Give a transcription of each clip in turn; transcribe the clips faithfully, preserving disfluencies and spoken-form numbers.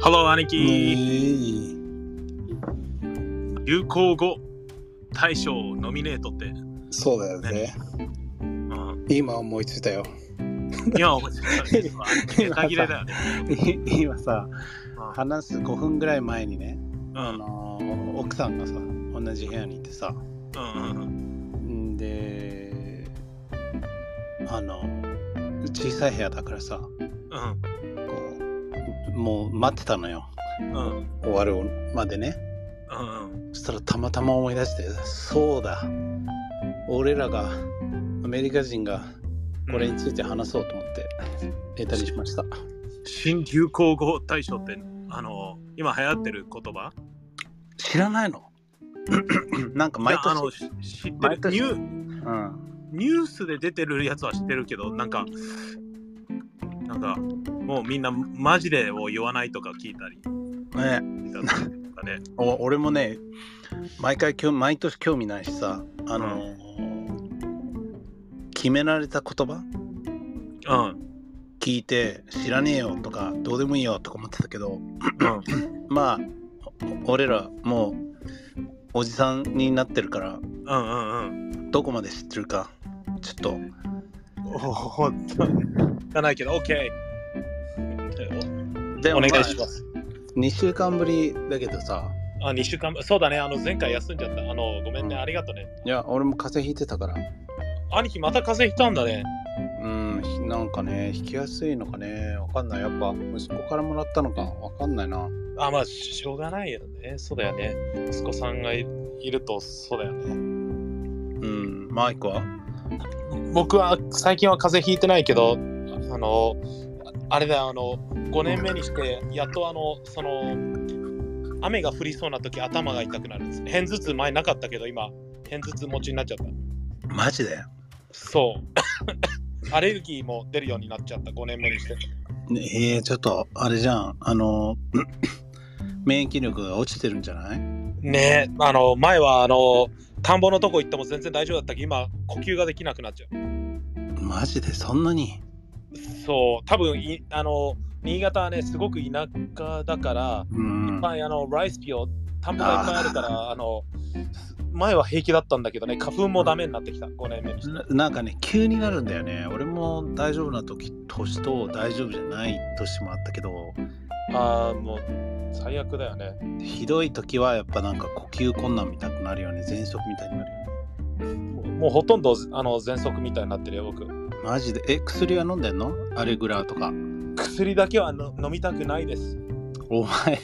Hello 兄貴、 ね流行語大賞ノミネートって、 そうだよね。 うん、 今思いついたよ。 今思いついたね。ネタ切れだよね。 今さ、 うん話すごふんぐらい前にね、 うんあのー奥さんがさ、同じ部屋にいてさ、 うんうんんで、あの小さい部屋だからさ、 うんこうもう待ってたのよ。 うん終わるまでね。 うんうんそしたらたまたま思い出して、そうだ、俺らがアメリカ人がこれについて話そうと思ってネタにしました。 新流行語大賞ってあの今流行ってる言葉？ 知らないの？なんか毎いやあの年し知って毎年るニューうんニュースで出てるやつは知ってるけど、なんかなんかもうみんなマジでを言わないとか聞いたりね、 だとかね。 お俺もね毎回今日毎年興味ないしさ、あのー決められた言葉うん聞いて知らねえよとかどうでもいいよとか思ってたけど、 うんまあお俺らもうおじさんになってるからうんうんうんどこまで知ってるかちょっとおお聞かないけど OK でも、 お願まあ、 いします。 にしゅうかんぶりだけどさ、 あ、にしゅうかん、そうだね、あの前回休んじゃった。あの、ごめんね、 うんありがとね。 いや俺も風邪ひいてたから、 兄貴、また風邪ひいたんだね。 うんなんかね引きやすいのかねわかんない。やっぱ息子からもらったのかわかんないな。 あ、まあ、しょうがないよね。そうだよね。息子さんがいいると、そうだよね。 うんマイクは僕は最近は風邪ひいてないけど、あの、あれだよ、あの、ごねんめにして、やっとあの、その、雨が降りそうな時頭が痛くなるんです。片頭痛前なかったけど、今、片頭痛持ちになっちゃった。 マジで？ そうアレルギーも出るようになっちゃった。ごねんめにして、 ねえー、ちょっとあれじゃん、あの免疫力が落ちてるんじゃない？ ねえ、あの前はあの田んぼのとこ行っても全然大丈夫だったけど、今呼吸ができなくなっちゃう。 マジでそんなに？ そう多分いあの新潟はねすごく田舎だから、 うんいっぱいあのライスフィールド田んぼがいっぱいあるから、あの前は平気だったんだけどね、花粉もダメになってきた。ごねんめにしてななんかね急になるんだよね。俺も大丈夫な時年と大丈夫じゃない年もあったけど、 あーもう最悪だよね。 ひどい時はやっぱなんか呼吸困難みたいになるよね。喘息みたいになるよね。 もうもうほとんどあの喘息みたいになってるよ僕。 マジで？え薬は飲んでんの？アレグラとか。 薬だけはの飲みたくないです。 お前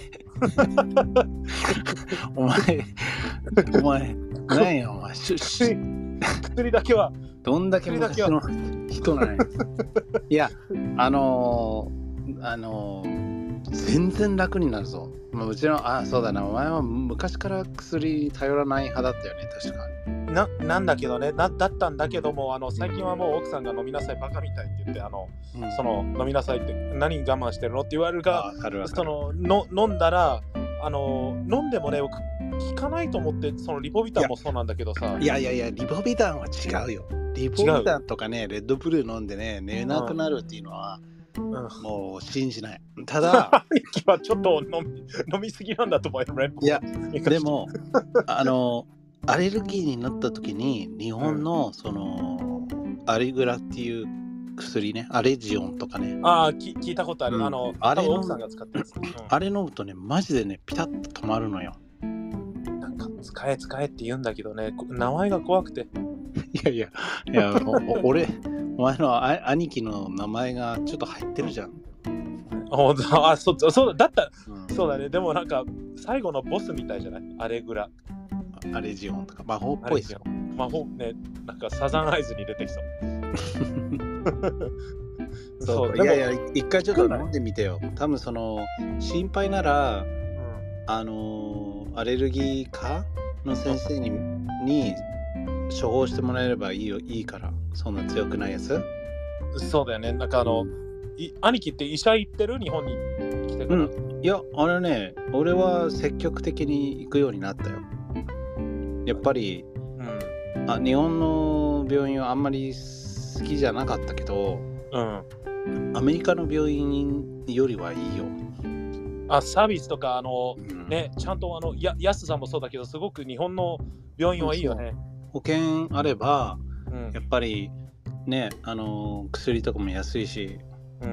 お前お前何やお前しし薬だけはどんだけ昔の人なんやいやあのー、あのー、全然楽になるぞ。まあ、うちのあそうだな、お前は昔から薬に頼らない派だったよね。確かにな, なんだけどね な, だったんだけども、あの最近はもう奥さんが飲みなさいバカみたいって言って、あの、うん、その飲みなさいって何我慢してるのって言われるが、そのの飲んだらあの飲んでもね僕効かないと思って、そのリポビタンもそうなんだけどさ。 いやいやいやリポビタンは違うよ。リポビタンとかねレッドブルー飲んでね寝なくなるっていうのは、うん、もう信じない。ただ兄貴はちょっと飲み飲みすぎなんだと思うよ。 いやでもあのアレルギーになった時に日本のその、うん、アリグラっていう薬ね、アレジオンとかね。 ああ、聞いたことある。うん、あの、 あれ奥さんが使ってるやつ、うん、 あれ飲むとね、マジでね、ピタッと止まるのよ。 なんか、使え使えって言うんだけどね、名前が怖くて。 いやいや、いやお俺、お前のあ兄貴の名前がちょっと入ってるじゃん。 あ、そそうだ、だったら、うん、そうだね。でもなんか、最後のボスみたいじゃない？アレグラ。 アレジオンとか魔法っぽいですよ。 魔法ね、なんかサザンアイズに出てきそう。 そう、いやいや、一回ちょっと飲んでみてよ。多分その心配なら、うん、あのアレルギー科の先生に、に処方してもらえればいいよ、いいから。そんな強くないやつ。 そうだよね。なんかあの、うん、兄貴って医者行ってる？日本に来てから。うん、 いや、あれね、俺は積極的に行くようになったよ。やっぱり、うん、あ日本の病院はあんまり好きじゃなかったけど、うん、アメリカの病院よりはいいよ。 あ、サービスとか、あの、 うん、 ね、ちゃんとあのや安さもそうだけど、すごく日本の病院はいいよね。 保険あれば、 うん、 やっぱりね、あの薬とかも安いし、うん、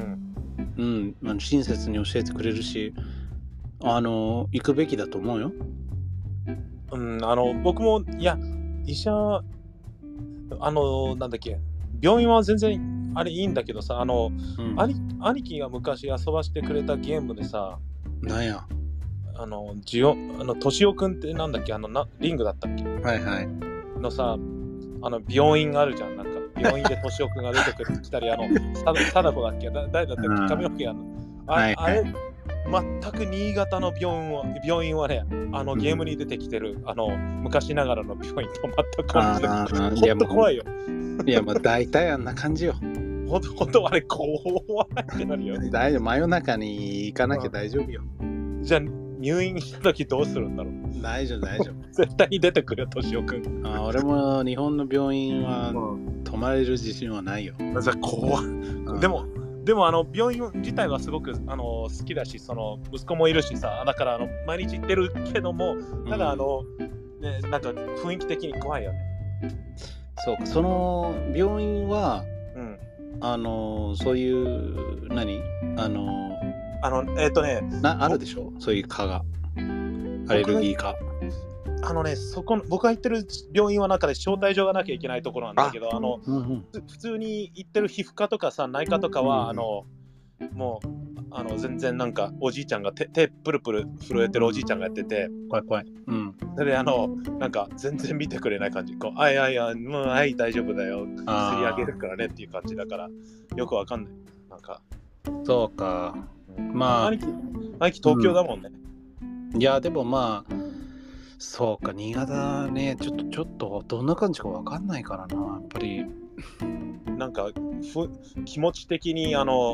うん、親切に教えてくれるし、あの行くべきだと思うよ。 うん、あの僕もいや医者あのなんだっけ病院は全然あれいいんだけどさ、あの、うん、兄, 兄貴が昔遊ばしてくれたゲームでさ、 なんやあのジオあのトシオくんってなんだっけ、あのなリングだったっけ、 はいはいのさ、あの病院があるじゃん、なんか病院でトシオくんが出てくる来たり、あの貞子だっけ、誰だったっけ、髪の毛があ、はいはい、あれ全く新潟の病院は病院はね、あのゲームに出てきてる、うん、あの昔ながらの病院と全く同じだけど、ほんと怖いよ。 いや、まあ大体あんな感じよ。 ほんと、ほんとあれ怖いってなるよ。 大丈夫、真夜中に行かなきゃ大丈夫よ。 じゃあ入院した時どうするんだろう。 大丈夫大丈夫。 絶対に出てくるよ、としおくん。 あ、俺も日本の病院は泊まれる自信はないよ。 じゃ怖い。でもでもあの病院自体はすごくあの好きだし、その息子もいるしさ、だからあの毎日行ってるけども、ただあの、うん、ね、なんか雰囲気的に怖いよね。 そうか、その病院は、うん、あのそういう何あのあのえっ、ー、とねなあるでしょ、そういう科がアレルギー科。 あのね、そこ僕が行ってる病院は中で招待状がなきゃいけないところなんだけど、あ、あの、うんうん、普通に行ってる皮膚科とかさ、内科とかは、うんうん、あのもうあの全然なんかおじいちゃんが手手プルプル震えてるおじいちゃんがやってて、 怖い怖い。うん。 それであのなんか全然見てくれない感じ。こうあいやいやもうはい大丈夫だよ。薬あげるからねっていう感じだからよくわかんない。なんかそうか。 うん、まあ兄貴兄貴東京だもんね。 うん、いやでもまあ。そうか、新潟ね、ちょっとちょっとどんな感じか分かんないからな、やっぱり。 なんかふ気持ち的にあの、うん、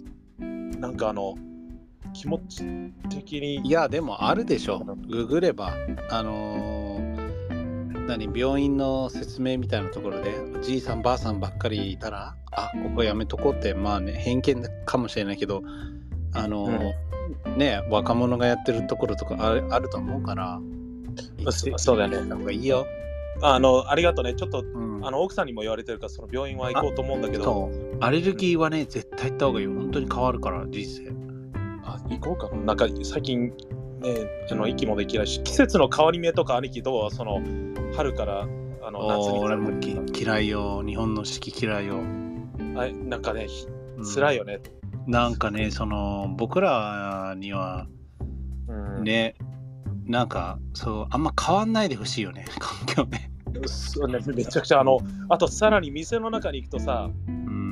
なんかあの気持ち的に。 いやでもあるでしょ、ググればあのー、何病院の説明みたいなところでじいさんばあさんばっかりいたら、あここやめとこうって、まあね偏見かもしれないけど、あのーうん、ね若者がやってるところとかあ る, あると思うから、 そうだね。 方がいいよ。 あのありがとうね。ちょっと、うん、あの奥さんにも言われてるからその病院は行こうと思うんだけど。 そうアレルギーはね、うん、絶対行った方がいいよ。本当に変わるから人生。 あ行こうかな。なんか最近ねあの息もできないし、季節の変わり目とか兄貴どう？その春からあの夏に。 俺も嫌いよ。日本の四季嫌いよ。 あなんかね、うん、辛いよね。 なんかね、その僕らには、うん、ね、なんかそうあんま変わんないでほしいよね、環境ね。 そうね、めちゃくちゃあのあとさらに店の中に行くとさ、うん、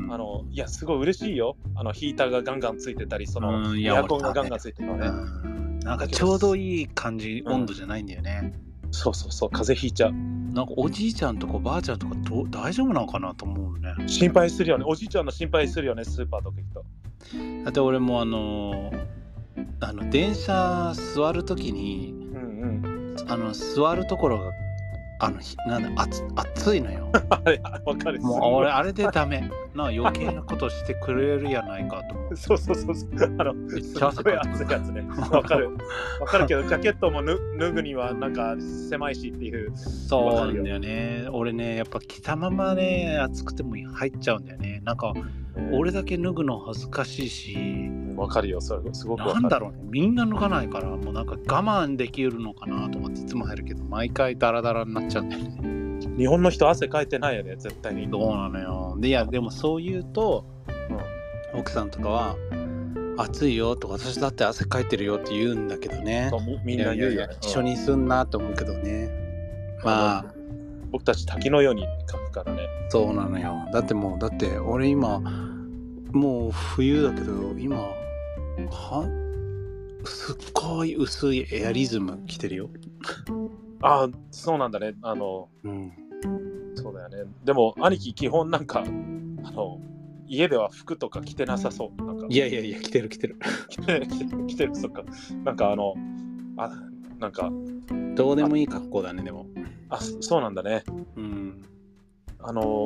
あのいやすごい嬉しいよ。あのヒーターがガンガンついてたり、その、うん、エアコンがガンガンついてるのね、うん。 なんかちょうどいい感じ、うん、温度じゃないんだよね。 そうそうそう、風邪ひいちゃう。 なんかおじいちゃんとかばあちゃんとかど大丈夫なのかなと思うね。 心配するよね。おじいちゃんの心配するよね、スーパーとか行くと。 だって俺もあのあの電車座るときに、うんうん、あの座るところがあのなんだ暑暑いのよ。 あれわかる。 もう俺あれでダメ。な余計なことしてくれるやないかと思う。 そうそうそうそう。あのすごい暑いやつね。わかる。わかるけどジャケットも脱ぐにはなんか狭いしっていう。 そうなんだよね。俺ねやっぱ着たままね暑くても入っちゃうんだよね。なんか俺だけ脱ぐの恥ずかしいし。 わかるよ。それすごくわかる。 なんだろうね。みんな脱がないからもうなんか我慢できるのかなと思っていつも入るけど毎回ダラダラになっちゃうんだよね。 日本の人汗かいてないよね、絶対に。 そうなのよ。でいやでもそう言うと、うん、奥さんとかは暑いよと私だって汗かいてるよって言うんだけどね。 みんな言うよね。 一緒にすんなと思うけどね。うん、まあ僕たち滝のように書くからね。 そうなのよ。だってもうだって俺今もう冬だけど今はすっごい薄いエアリズム着てるよ。 ああそうなんだね。あの、うん、そうだよね。でも兄貴基本なんかあの家では服とか着てなさそう。なんかいやいやいや着てる着てる着てる着てるそっか。なんかあのあなんかどうでもいい格好だねでも。 あそうなんだね。 うん。 あの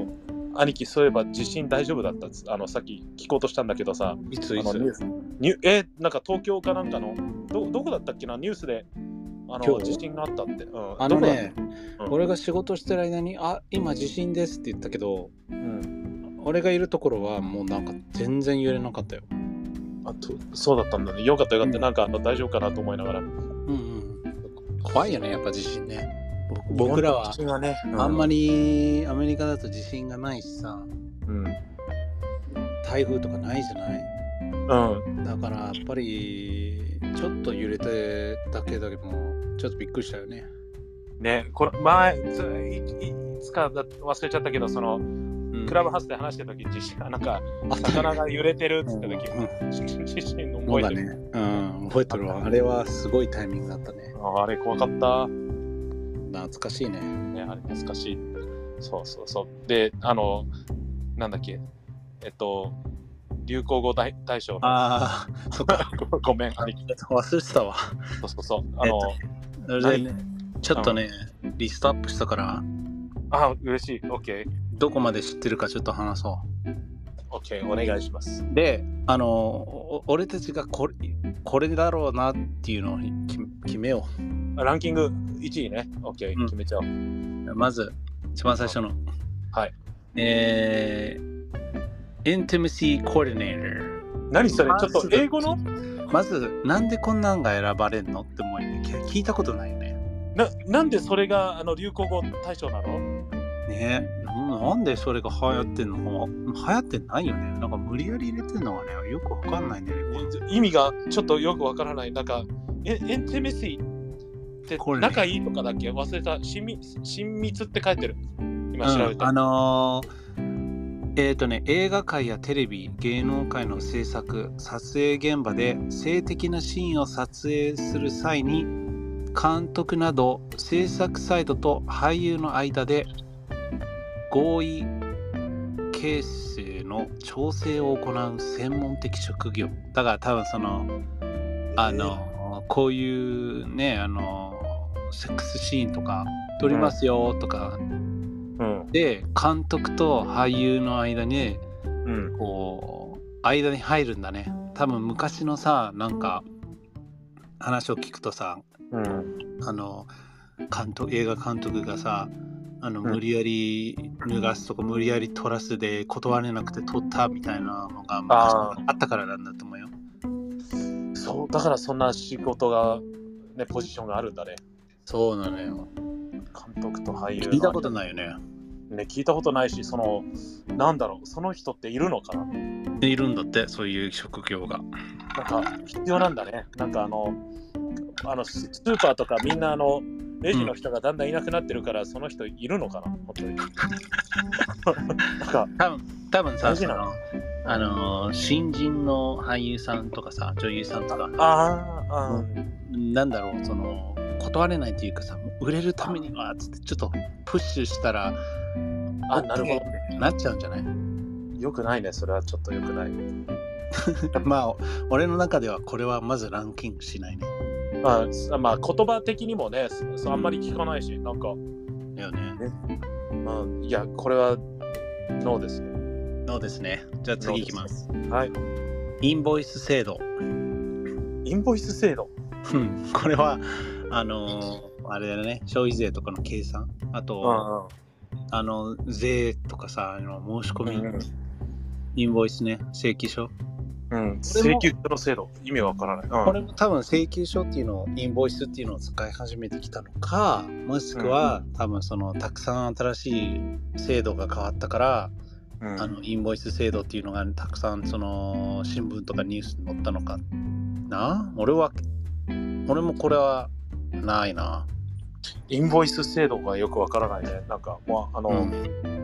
兄貴、そういえば地震大丈夫だったっつあのさっき聞こうとしたんだけどさ、 いついつあのニュースニュえなんか東京かなんかのどどこだったっけな、ニュースであの地震があったって、うん、 あのね、 うん、 俺が仕事してる間にあ今地震ですって言ったけど、うん、俺がいるところはもうなんか全然揺れなかったよ。 あとそうだったんだね。よかったよかった、うん、なんか大丈夫かなと思いながら、うんうん、 怖いよねやっぱ地震ね。僕らはあんまりアメリカだと地震がないしさ、うん、台風とかないじゃない、うん、だからやっぱりちょっと揺れてだけだけどもちょっとびっくりしたよね。 ね、これ前いつかだ忘れちゃったけど、その、うん、クラブハウスで話してる時地震がなんか魚が揺れてるって言った時、うん、地震の覚えてる、ね、 うん、覚えてるわ。あれはすごいタイミングだったね。 あ, あれ怖かった。 懐かしいね。 ね、あれ懐かしい。そうそうそう。で、あの、なんだっけ、えっと、流行語大大賞の。 ああ、そっか。 ごめん、兄貴。 忘れてたわ。 そうそうそう。あの、 えっと、ね、ちょっとね、リストアップしたから。 あ、嬉しい。OK。 どこまで知ってるかちょっと話そう。 OK、お願いします。 で、あの、俺たちがこれ、これだろうなっていうのを決めよう。 ランキングいちいね。OK、うん、決めちゃおう。 まず、一番最初の。 はい。 えー、Intimacy Coordinator。 何それ、ちょっと英語のまず、なんでこんなんが選ばれるのって思うよね。聞いたことないよね。 な, なんでそれがあの流行語大賞なのねえ、なんでそれが流行ってんのか流行ってないよね。なんか無理やり入れてんのがね、よくわかんないんだよね。 意味がちょっとよくわからない。なんか、エンティメシーって仲いいとかだっけ、忘れた。親密、親密って書いてる。今調べた。 うん、あのー、えっ、ー、とね、映画界やテレビ、芸能界の制作、撮影現場で性的なシーンを撮影する際に、監督など制作サイドと俳優の間で合意形成の調整を行う専門的職業だから、多分そのあのこういうね、あのセックスシーンとか撮りますよとか、うんうん、で監督と俳優の間に、うん、こう間に入るんだね。多分昔のさ、なんか話を聞くとさ、うん、あの監督映画監督がさ、あの無理やり脱がすとか、うん、無理やり撮らすで断れなくて撮ったみたいなのがあったからなんだと思うよ。 そうだからそんな仕事がね、ポジションがあるんだね。 そうなのよ。 監督と俳優の聞いたことないよね。 ね、聞いたことないし、そのなんだろう、その人っているのかな。 いるんだって、そういう職業が。 なんか必要なんだね。なんかあのあのスーパーとかみんなあのレジの人がだんだんいなくなってるから、うん、その人いるのかな、本当に。なんか多分多分さ、そのあの新人の俳優さんとかさ、女優さんとか、 ああ、 うん、なんだろう、その断れないというかさ、売れるためにはつってちょっとプッシュしたら、 あ、なるほど、なっちゃうんじゃない？ よくないね、それはちょっとよくない。 まあ俺の中ではこれはまずランキングしないね。 まあ、まあ、言葉的にもね、あんまり聞かないし、なんか。 だよね。 まあ、いや、これはノーですね。 ノーですね。じゃあ次いきます。 はい。 インボイス制度。 インボイス制度これは、あのー、あれだね、消費税とかの計算。あと、うんうん、あの、税とかさ、あの申し込み、うん、インボイスね、請求書。 うん、請求書の制度、意味わからない、うん、 これも多分請求書っていうのを、インボイスっていうのを使い始めてきたのか、もしくは、うん、多分そのたくさん新しい制度が変わったから、うん、あのインボイス制度っていうのがたくさんその新聞とかニュースに載ったのかな。俺は俺もこれはないな。 インボイス制度がよくわからないね。なんかもうあの、うん、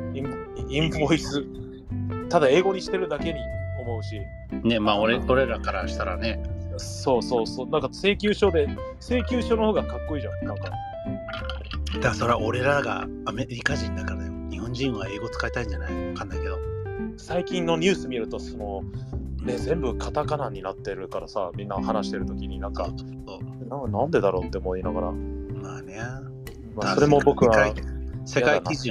イン、インボイスただ英語にしてるだけに思うしね。まあ 俺, 俺らからしたらね、 そうそうそう、なんか請求書で請求書の方がかっこいいじゃん。なんかだからそれは俺らがアメリカ人だからだよ。日本人は英語使いたいんじゃない？わかんないけど、 最近のニュース見るとそのね、全部カタカナになってるからさ、みんな話してるときになんかな, なんでだろうって思いながら、 まあね、 まあ、それも僕は世界基準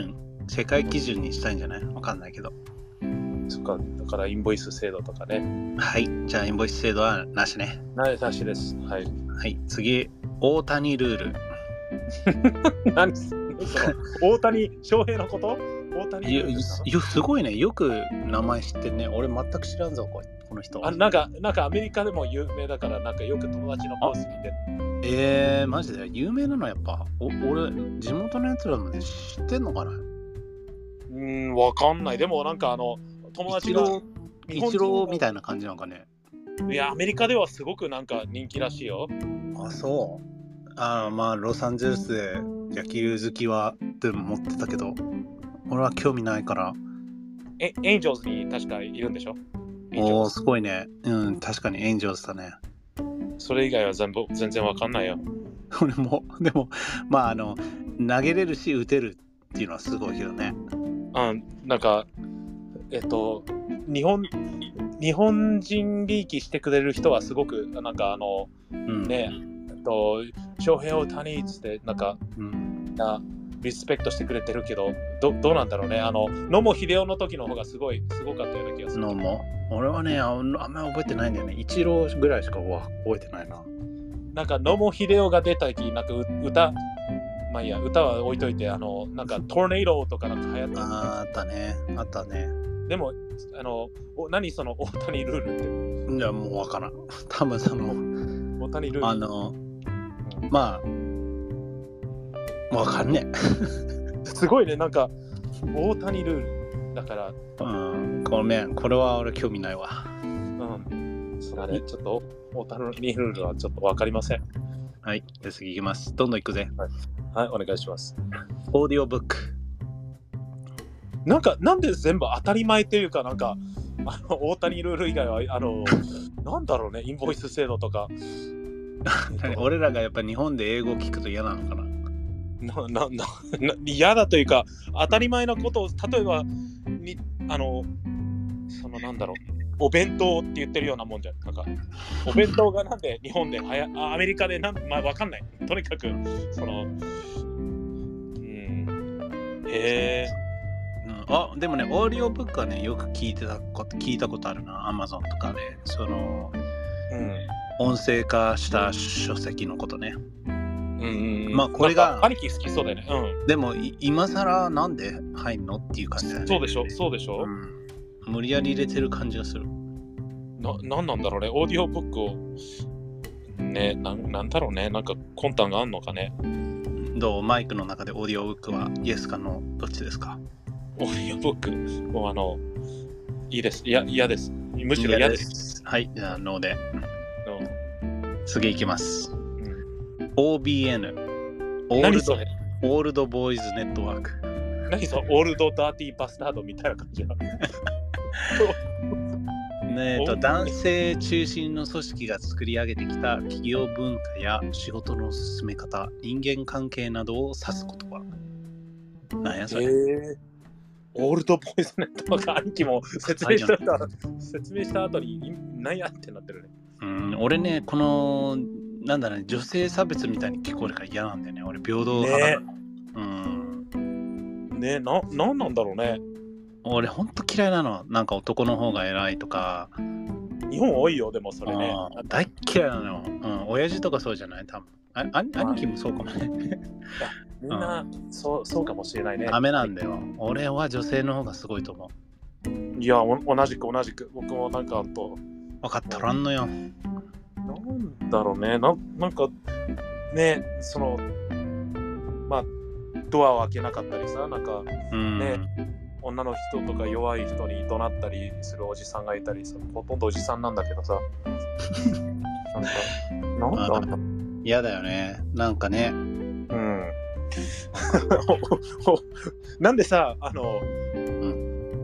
世界基準にしたいんじゃない？わかんないけど。 そっか、だからインボイス制度とかね。 はい、じゃあインボイス制度はなしね。 なしです。はい。 はい、次、大谷ルール。 何その大谷翔平のこと？大谷ルールですか？ すごいね、よく名前知ってるね。俺全く知らんぞ、この人。 あ、なんか、なんかアメリカでも有名だから、なんかよく友達のポスト見て。 えー、マジで有名なのやっぱ。お俺、地元のやつらまで知ってんのかな？ うーん、わかんない。でもなんかあの、友達がイチローみたいな感じなのかね。 いや、アメリカではすごくなんか人気らしいよ。 あ、そう。あ、まあ、ロサンゼルスで野球好きはって思ってたけど、俺は興味ないから。 え、エンジェルズに確かいるんでしょ？ おー、すごいね。うん、確かにエンジェルズだね。 それ以外は全部全然わかんないよ。 俺も、でも、まあ、あの、投げれるし、打てるっていうのはすごいけどね。 うん、なんか、えっと、日本、日本人リーキしてくれる人はすごく、なんかあの、うん、ね、えっと、翔平大谷っつって、なんか、うん、リスペクトしてくれてるけど、ど, どうなんだろうね。あの、野茂英雄の時の方がすごい、すごかったような気がする。 野茂？俺はね、あんまり覚えてないんだよね。イチローぐらいしか覚えてないな。 なんか野茂英雄が出た時、なんか歌、まあいいや、歌は置いといて、あの、なんかトーネードとかなんか流行った。 あ, あったね、あったね。 でも、あの、お何その大谷ルールって。いや、もうわからん。多分その、 大谷ルール。 あの、うん、まあ、わかんねえ。すごいね、なんか、大谷ルール。だから。 うん、ごめん、これは俺興味ないわ。 うん。そうだね、ちょっと、大谷ルールはちょっとわかりません。 はい、じゃあ次いきます。どんどんいくぜ。 はい、はい、お願いします。 オーディオブック。 なんか、なんで全部当たり前っていうか、なんか、あの大谷ルール以外は、あの、なんだろうね、インボイス制度とか。 俺らがやっぱ日本で英語を聞くと嫌なのかな？ な、な、な、嫌だというか、当たり前のことを、例えば、に、あの、そのなんだろう、お弁当って言ってるようなもんじゃん。なんか、お弁当がなんで日本ではや、アメリカでなん、まあわかんない。とにかく、その、うん、へえ。 あ、でもね、オーディオブックはね、よく聞いてたこと、聞いたことあるな、アマゾンとかで、その、うん、音声化した書籍のことね。 うんうんうん、 まあこれが兄貴好きそうだよね。うん。 でも今更なんで入んのっていう感じだよね。 そうでしょ、そうでしょ。 うん、無理やり入れてる感じがする。 な、なんなんだろうね、オーディオブックをね、な、なんだろうね、なんか魂胆があんのかね。 どう？マイクの中でオーディオブックはイエスかノーどっちですか？ オーディオブックもうあのいいです。いや嫌です。むしろ嫌です。です。 はい、じゃあノーで。ノー。次いきます。オービーエヌ オールド、オールドボーイズネットワーク。 何そのオールドダーティーバスタードみたいな感じなねえと男性中心の組織が作り上げてきた企業文化や仕事の進め方、人間関係などを指す言葉。何やそれ？ オールドボーイズネットワーク、兄貴も説明した後説明した後に何やってなってるね。 うん、俺ね、このなんだろうね、女性差別みたいに聞こえるから嫌なんだよね。俺平等派だ、ね、うん。 ねえ、な、なんなんだろうね。 俺ほんと嫌いなの。なんか男の方が偉いとか。 日本多いよ、でもそれね。 大嫌いなの。うん、親父とかそうじゃない？多分。あ、あ、兄貴もそうかもね。 みんな、うん、そう、そうかもしれないね。 ダメなんだよ。俺は女性の方がすごいと思う。いや、同じく同じく。僕もなんかと。 分かっとらんのよ。 なんだろうね、な、なんかね、そのまあドアを開けなかったりさ、なんかね、うん、女の人とか弱い人に怒鳴ったりするおじさんがいたりさ、ほとんどおじさんなんだけどさ、なんかなんだ嫌だよね、なんかね、うん。 なんでさ、あの、うん、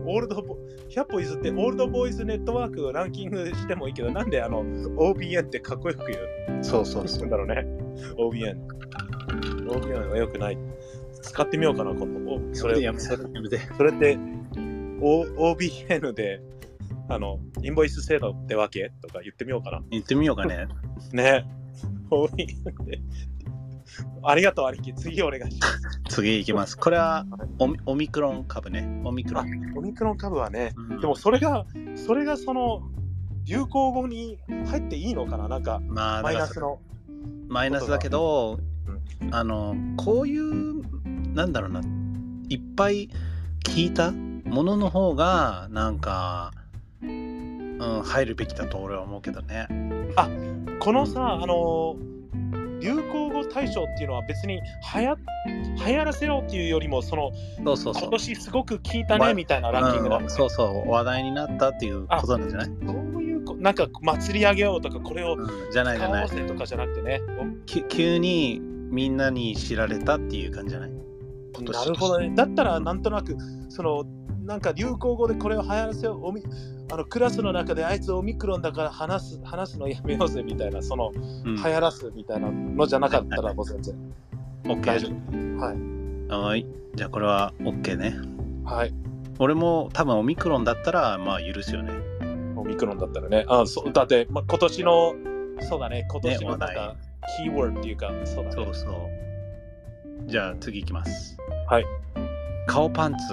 オールドボひゃっぽ譲ってオールドボーイズネットワークをランキングしてもいいけど、なんであの オービーエヌ ってかっこよく言う？ そうそうそう。 なんだろうね。オービーエヌ。オービーエヌ は良くない。使ってみようかな、今度。それやめて。それって オービーエヌ であのインボイス制度ってわけとか言ってみようかな。 言ってみようかね。 ね。オービーエヌ でありがとう、兄貴。次お願いします。 次いきます。これはオミ、オミクロン株ね。オミクロン。 オミクロン株はね、うん、でもそれが、それがその流行語に入っていいのかな、なんか、まあ、マイナスの。 マイナスだけど、うん、あの、こういう、なんだろうな、いっぱい聞いたものの方が、なんか、うん、入るべきだと俺は思うけどね。 あ、このさ、あの、流行語大賞っていうのは別に流行、流行らせようっていうよりもそのそうそうそう、 今年すごく聞いたねみたいなランキングだ、ね、 うん、そうそう話題になったっていうことなんじゃない？ そういうこなんか祭り上げようとかこれをじゃないじゃないとかじゃなくてね、 急にみんなに知られたっていう感じじゃない？ なるほどね。だったらなんとなくそのなんか流行語でこれを流行らせよう、おみあのクラスの中であいつオミクロンだから話す話すのやめようぜみたいな、その、うん、流行らすみたいなのじゃなかったらもう全然 OK、 大丈夫。はい。 はい。じゃあこれは OK ね。 はい。 俺も多分オミクロンだったらまあ許すよね。 オミクロンだったらね。あ、そうだって、まあ、今年のそうだね、今年のなんか、ね、キーワードっていうかそうだね。 そうそう。じゃあ次いきます。 はい。 顔パンツ。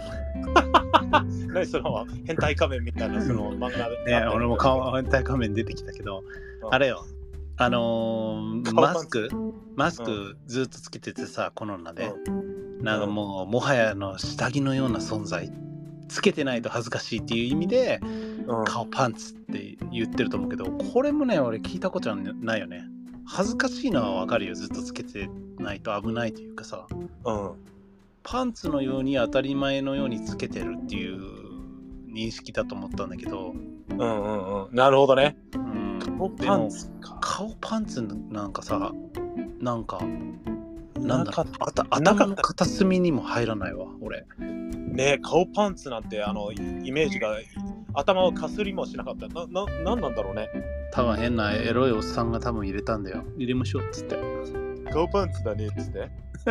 何その変態仮面みたいなその漫画で。 ね、俺も顔変態仮面出てきたけど、うん、あれよ。あのー、マスクマスクずっとつけててさ、コロナで、うん、なんかもうもはやの下着のような存在、つけてないと恥ずかしいっていう意味で、うん、顔パンツって言ってると思うけど、これもね俺聞いたことないよね。恥ずかしいのはわかるよ、ずっとつけてないと危ないというかさ、うん、パンツのように当たり前のようにつけてるっていう認識だと思ったんだけど、 うんうんうん、なるほどね。うん、 顔パンツか。顔パンツなんかさ、なんかなんだろう、あた頭の片隅にも入らないわ俺。 ねえ、顔パンツなんてあのイメージが頭をかすりもしなかった。な、な、なんなんだろうね。 多分変なエロいおっさんが多分入れたんだよ。入れましょうっつって。 顔パンツだねっつって。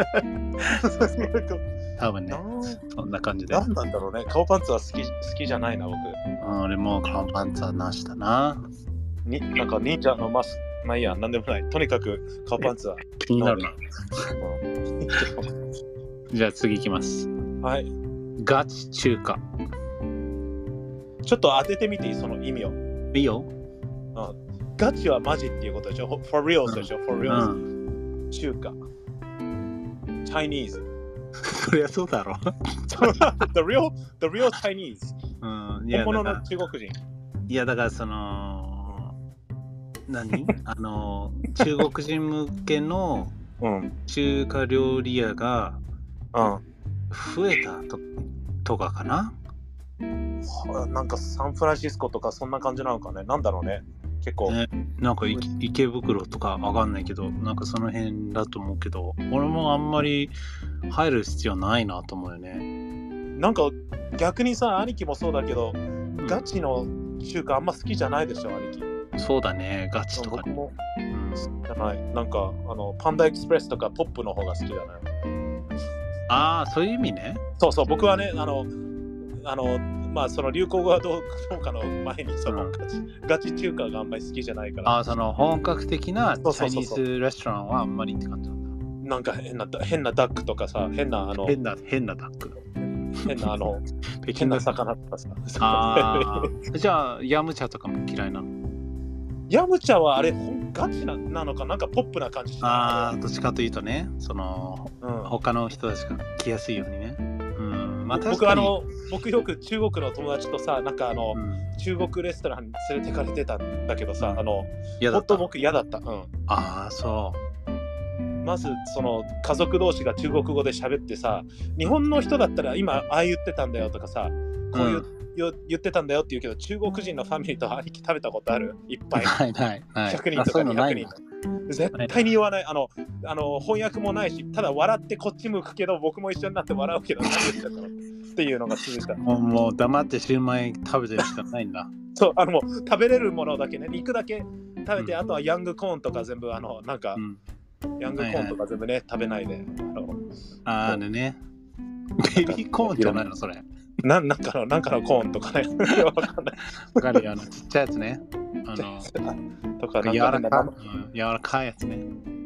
多分ね、そんな感じで。 なんなんだろうね。顔パンツは好き好きじゃないな僕。 俺も顔パンツはなしだな。 になんか忍者のマスまあいいや、なんでもない。とにかく顔パンツは気になるな。じゃあ次いきます。 はい。 ガチ中華。 ちょっと当ててみていい、その意味を。 いいよ。 あ、ガチはマジっていうことでしょ。For reals でしょ。For reals、うん、中華。Chinese。 そりゃそうだろ。 the real, the real Chinese。 うん、 本物の中国人。 いやだからその何あの中国人向けの中華料理屋が増えた と,、うん、とかかな。 なんかサンフランシスコとかそんな感じなのかね。なんだろうね。結構、 ね、なんか池袋とかわかんないけど、なんかその辺だと思うけど、俺もあんまり入る必要ないなと思うよね。 なんか逆にさ、兄貴もそうだけど、うん、ガチの中華あんま好きじゃないでしょ、兄貴。 そうだね、ガチとか、ね。 僕も、うん、じゃない。なんかあのパンダエクスプレスとかポップの方が好きだね。 ああ、そういう意味ね。 そうそう、僕はね、あのあのまあその流行語はどうかの前にその、うん、ガチガチ中華があんまり好きじゃないから。 ああ、その本格的なチャイニーズレストランはあんまりって感じなんだ。 なんか変な変なダックとかさ、変なあの変な変なダック。 変なあの変な魚とかさ。 あじゃあヤムチャとかも嫌いなの？ ヤムチャはあれガチ な, なのかなんかポップな感じしない？ ああ、どっちかというとね、その、うん、他の人たちが来やすいようにね。まあ、 僕あの僕よく中国の友達とさ、なんかあの、うん、中国レストランに連れてかれてたんだけどさ、うん、あのもっと僕嫌だった。うん、 ああそう。 まずその家族同士が中国語で喋ってさ、日本の人だったら今ああ言ってたんだよとかさ、こういう、うん、言ってたんだよって言うけど、中国人のファミリーと兄貴食べたことある？いっぱい。 ないないない。 ひゃくにんとかにひゃくにん。絶対に言わない。あの、あの翻訳もないし、ただ笑ってこっち向くけど、僕も一緒になって笑うけど、何言ってたのっていうのが続いた。 もう、もう黙ってシューマイ食べてるしかないんだ。 そう、あのもう食べれるものだけね、肉だけ食べて、うん、あとはヤングコーンとか全部、あの、なんか、うん、ヤングコーンとか全部ね、はいはい、食べないで。 ああ、ね。ベビーコーンじゃないの、それ。 な, なんかのなんかのコーンとかね。わかんない。 わかるよ、あのちっちゃいやつね。あのとか柔らかい、柔らかいやつね。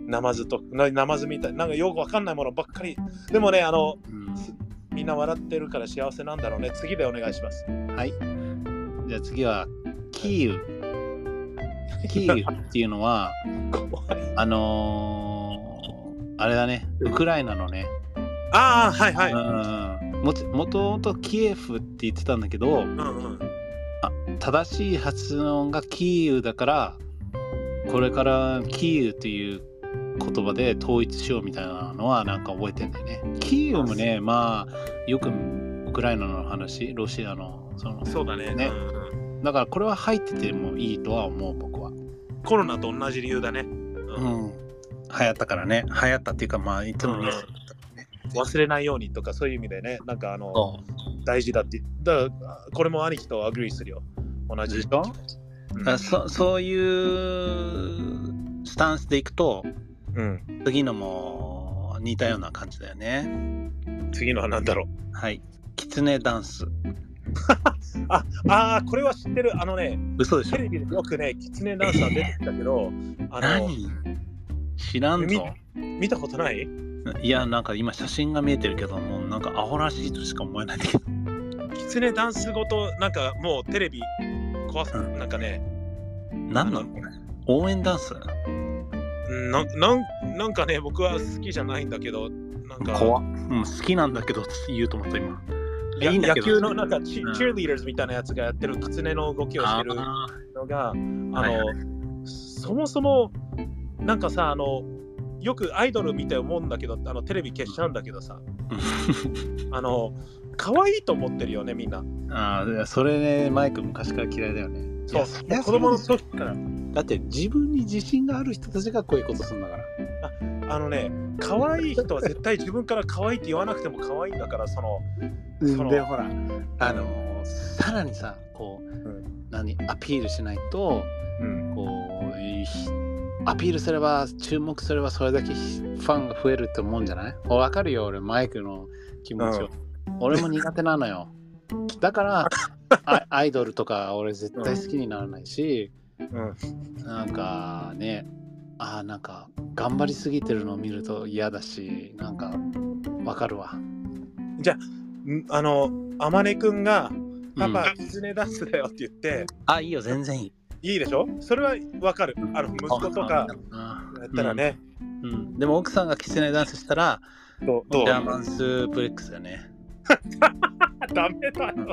ナマズとなナマズみたいなんかよくわかんないものばっかり。でもね、あの、 うん、 みんな笑ってるから幸せなんだろうね。次でお願いします。 はい。じゃあ次はキーウ。キーウっていうのはあのー、あれだね、ウクライナのね。 ああ、はいはい。 うん、ももともとキエフって言ってたんだけど、うんうん、あ正しい発音がキーウだから、これからキーウっていう言葉で統一しようみたいなのはなんか覚えてんだよね。キーウもね、まあよくウクライナの話、ロシアのそのそうだね。ね、うんうん、だからこれは入っててもいいとは思う、僕は。 コロナと同じ理由だね。 うん。うん、流行ったからね。流行ったっていうか、まあいつもニュースだったね、 うん、忘れないようにとかそういう意味でね、なんかあの大事だって。だからこれも兄貴とアグリーするよ。同じ。でしょ？ うん、そ, そういうスタンスでいくと、うん、次のも似たような感じだよね。 次のは何だろう。 はい。キツネダンス。 ああ、これは知ってる。あのね、 嘘でしょ。 テレビでよくね、キツネダンサー出てきたけど、 あの何知らんぞ。 見, 見たことない？ いや、なんか今写真が見えてるけど、もうなんかアホらしいとしか思えないんだけど。 キツネダンスごと、なんかもうテレビ壊す、うん、なんかね。 何なの？応援ダンス？ な, なんなんかね、僕は好きじゃないんだけど、なんか怖っ、うん、好きなんだけどって言うと思った今。 いいんだけど、野球のなんかチ、うん、チェアリーダーズみたいなやつがやってるキツネの動きをしてるのが、あ, あの、はいはい、そもそもなんかさ、あのよくアイドル見て思うんだけど、あのテレビ消しちゃうんだけどさ、あの可愛いと思ってるよね、みんな。 ああ、それね、マイク昔から嫌いだよね。 そう、子供の時から。 だって自分に自信がある人たちがこういうことするんだから。 あ, あのね、可愛い人は絶対自分から可愛いって言わなくても可愛いんだから、その、 そのでほら、あのー、さらにさ、こう、うん、何アピールしないと、うん、こうアピールすれば注目すればそれだけファンが増えるって思うんじゃない？わかるよ、俺マイクの気持ちを、うん、俺も苦手なのよ。だからアイドルとか俺絶対好きにならないし、うん、なんかね、あーなんか頑張りすぎてるのを見ると嫌だし、なんかわかるわ。 じゃあ、あのあまねくんがパパキツネダンスだよって言って、うん、 あ、いいよ、全然いい。 いいでしょ？それはわかる。あの息子とかやったらね、 うんうん、でも奥さんがキツネダンスしたらどうジャーマンスープレックスだね。 ダメだよ、 うん、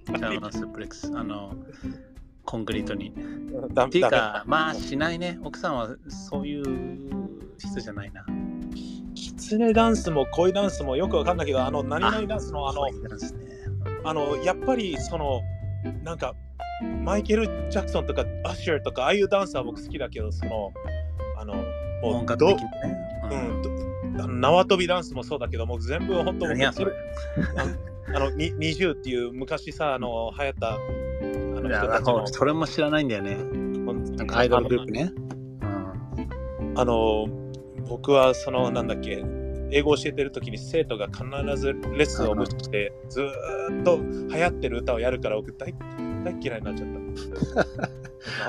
ジャーマンスープレックス、あのコンクリートにっていうか、まあしないね。奥さんはそういう人じゃないな。 キツネダンスも恋ダンスもよくわかんないけど、あの何々ダンスのあの、あのやっぱりそのなんかマイケル・ジャクソンとかアッシャーとかああいうダンサー僕好きだけど、そのあのもうど、うん、縄跳びダンスもそうだけど、もう全部本当それあのににじゅうっていう昔さ、あの流行ったあの人たちの、 それも知らないんだよね。なんかアイドルグループね。 あの僕はそのなんだっけ、英語を教えてる時に生徒が必ずレッスンを無視してずーっと流行ってる歌をやるから、僕大大嫌いになっちゃった。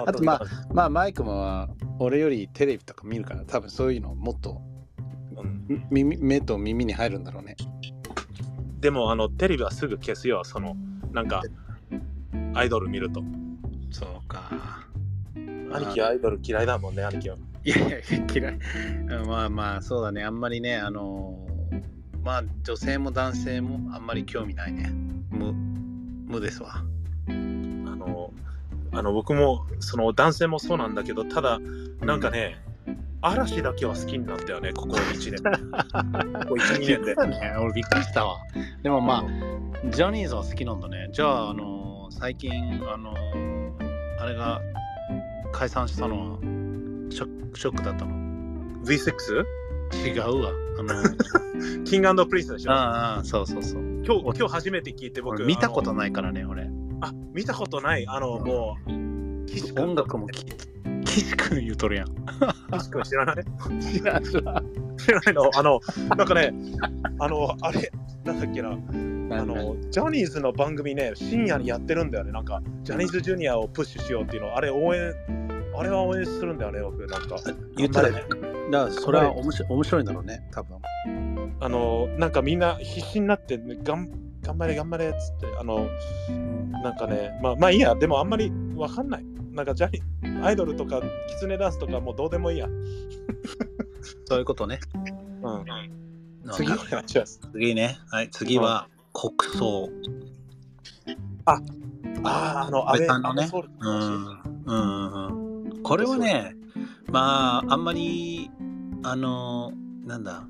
あとまあまあマイクも俺よりテレビとか見るから、多分そういうのもっと、うん、耳目と耳に入るんだろうね。 でもあのテレビはすぐ消すよ、そのなんかアイドル見ると。 そうか。 兄貴はアイドル嫌いだもんね、兄貴は。 いやいや嫌い。まあまあそうだね、あんまりね、あのまあ女性も男性もあんまり興味ないね。無無ですわ。 あのあの僕もその男性もそうなんだけど、ただなんかね、うん、嵐だけは好きになったよね、ここいちねん。ここいち、にねんで。 ね、俺びっくりしたわ。でもまあジャニーズは好きなんだね。じゃああの最近あのあれが解散したのはショック、ショックだったの？ ブイシックス？ 違うわ。あのキング&プリンスでしょ。 ああ、そうそうそう。 今日今日初めて聞いて、僕見たことないからね、俺。 あ、見たことない。あの、うん、もう岸音楽も岸君言うとるやん。 岸君知らない？ 知らない。知らないの。あのなんかね、あのあれなんだっけな。あのジャニーズの番組ね、深夜にやってるんだよね。なんかジャニーズジュニアをプッシュしようっていうの、あれ応援、あれは応援するんだよね、僕なんか。 言ったらね、 だからそれは面白い、面白いんだろうね、多分。 あのなんかみんな必死になってがん頑張れ頑張れっつってあの、うん、なんかねまあまあいいやでもあんまりわかんないなんかジャニアイドルとかキツネダンスとかもうどうでもいいやそういうことね。 うん。次お願いします。 次ねはい次は国葬。 あああの安倍さんのね。 うんうんうん。これはねまああんまりあのなんだ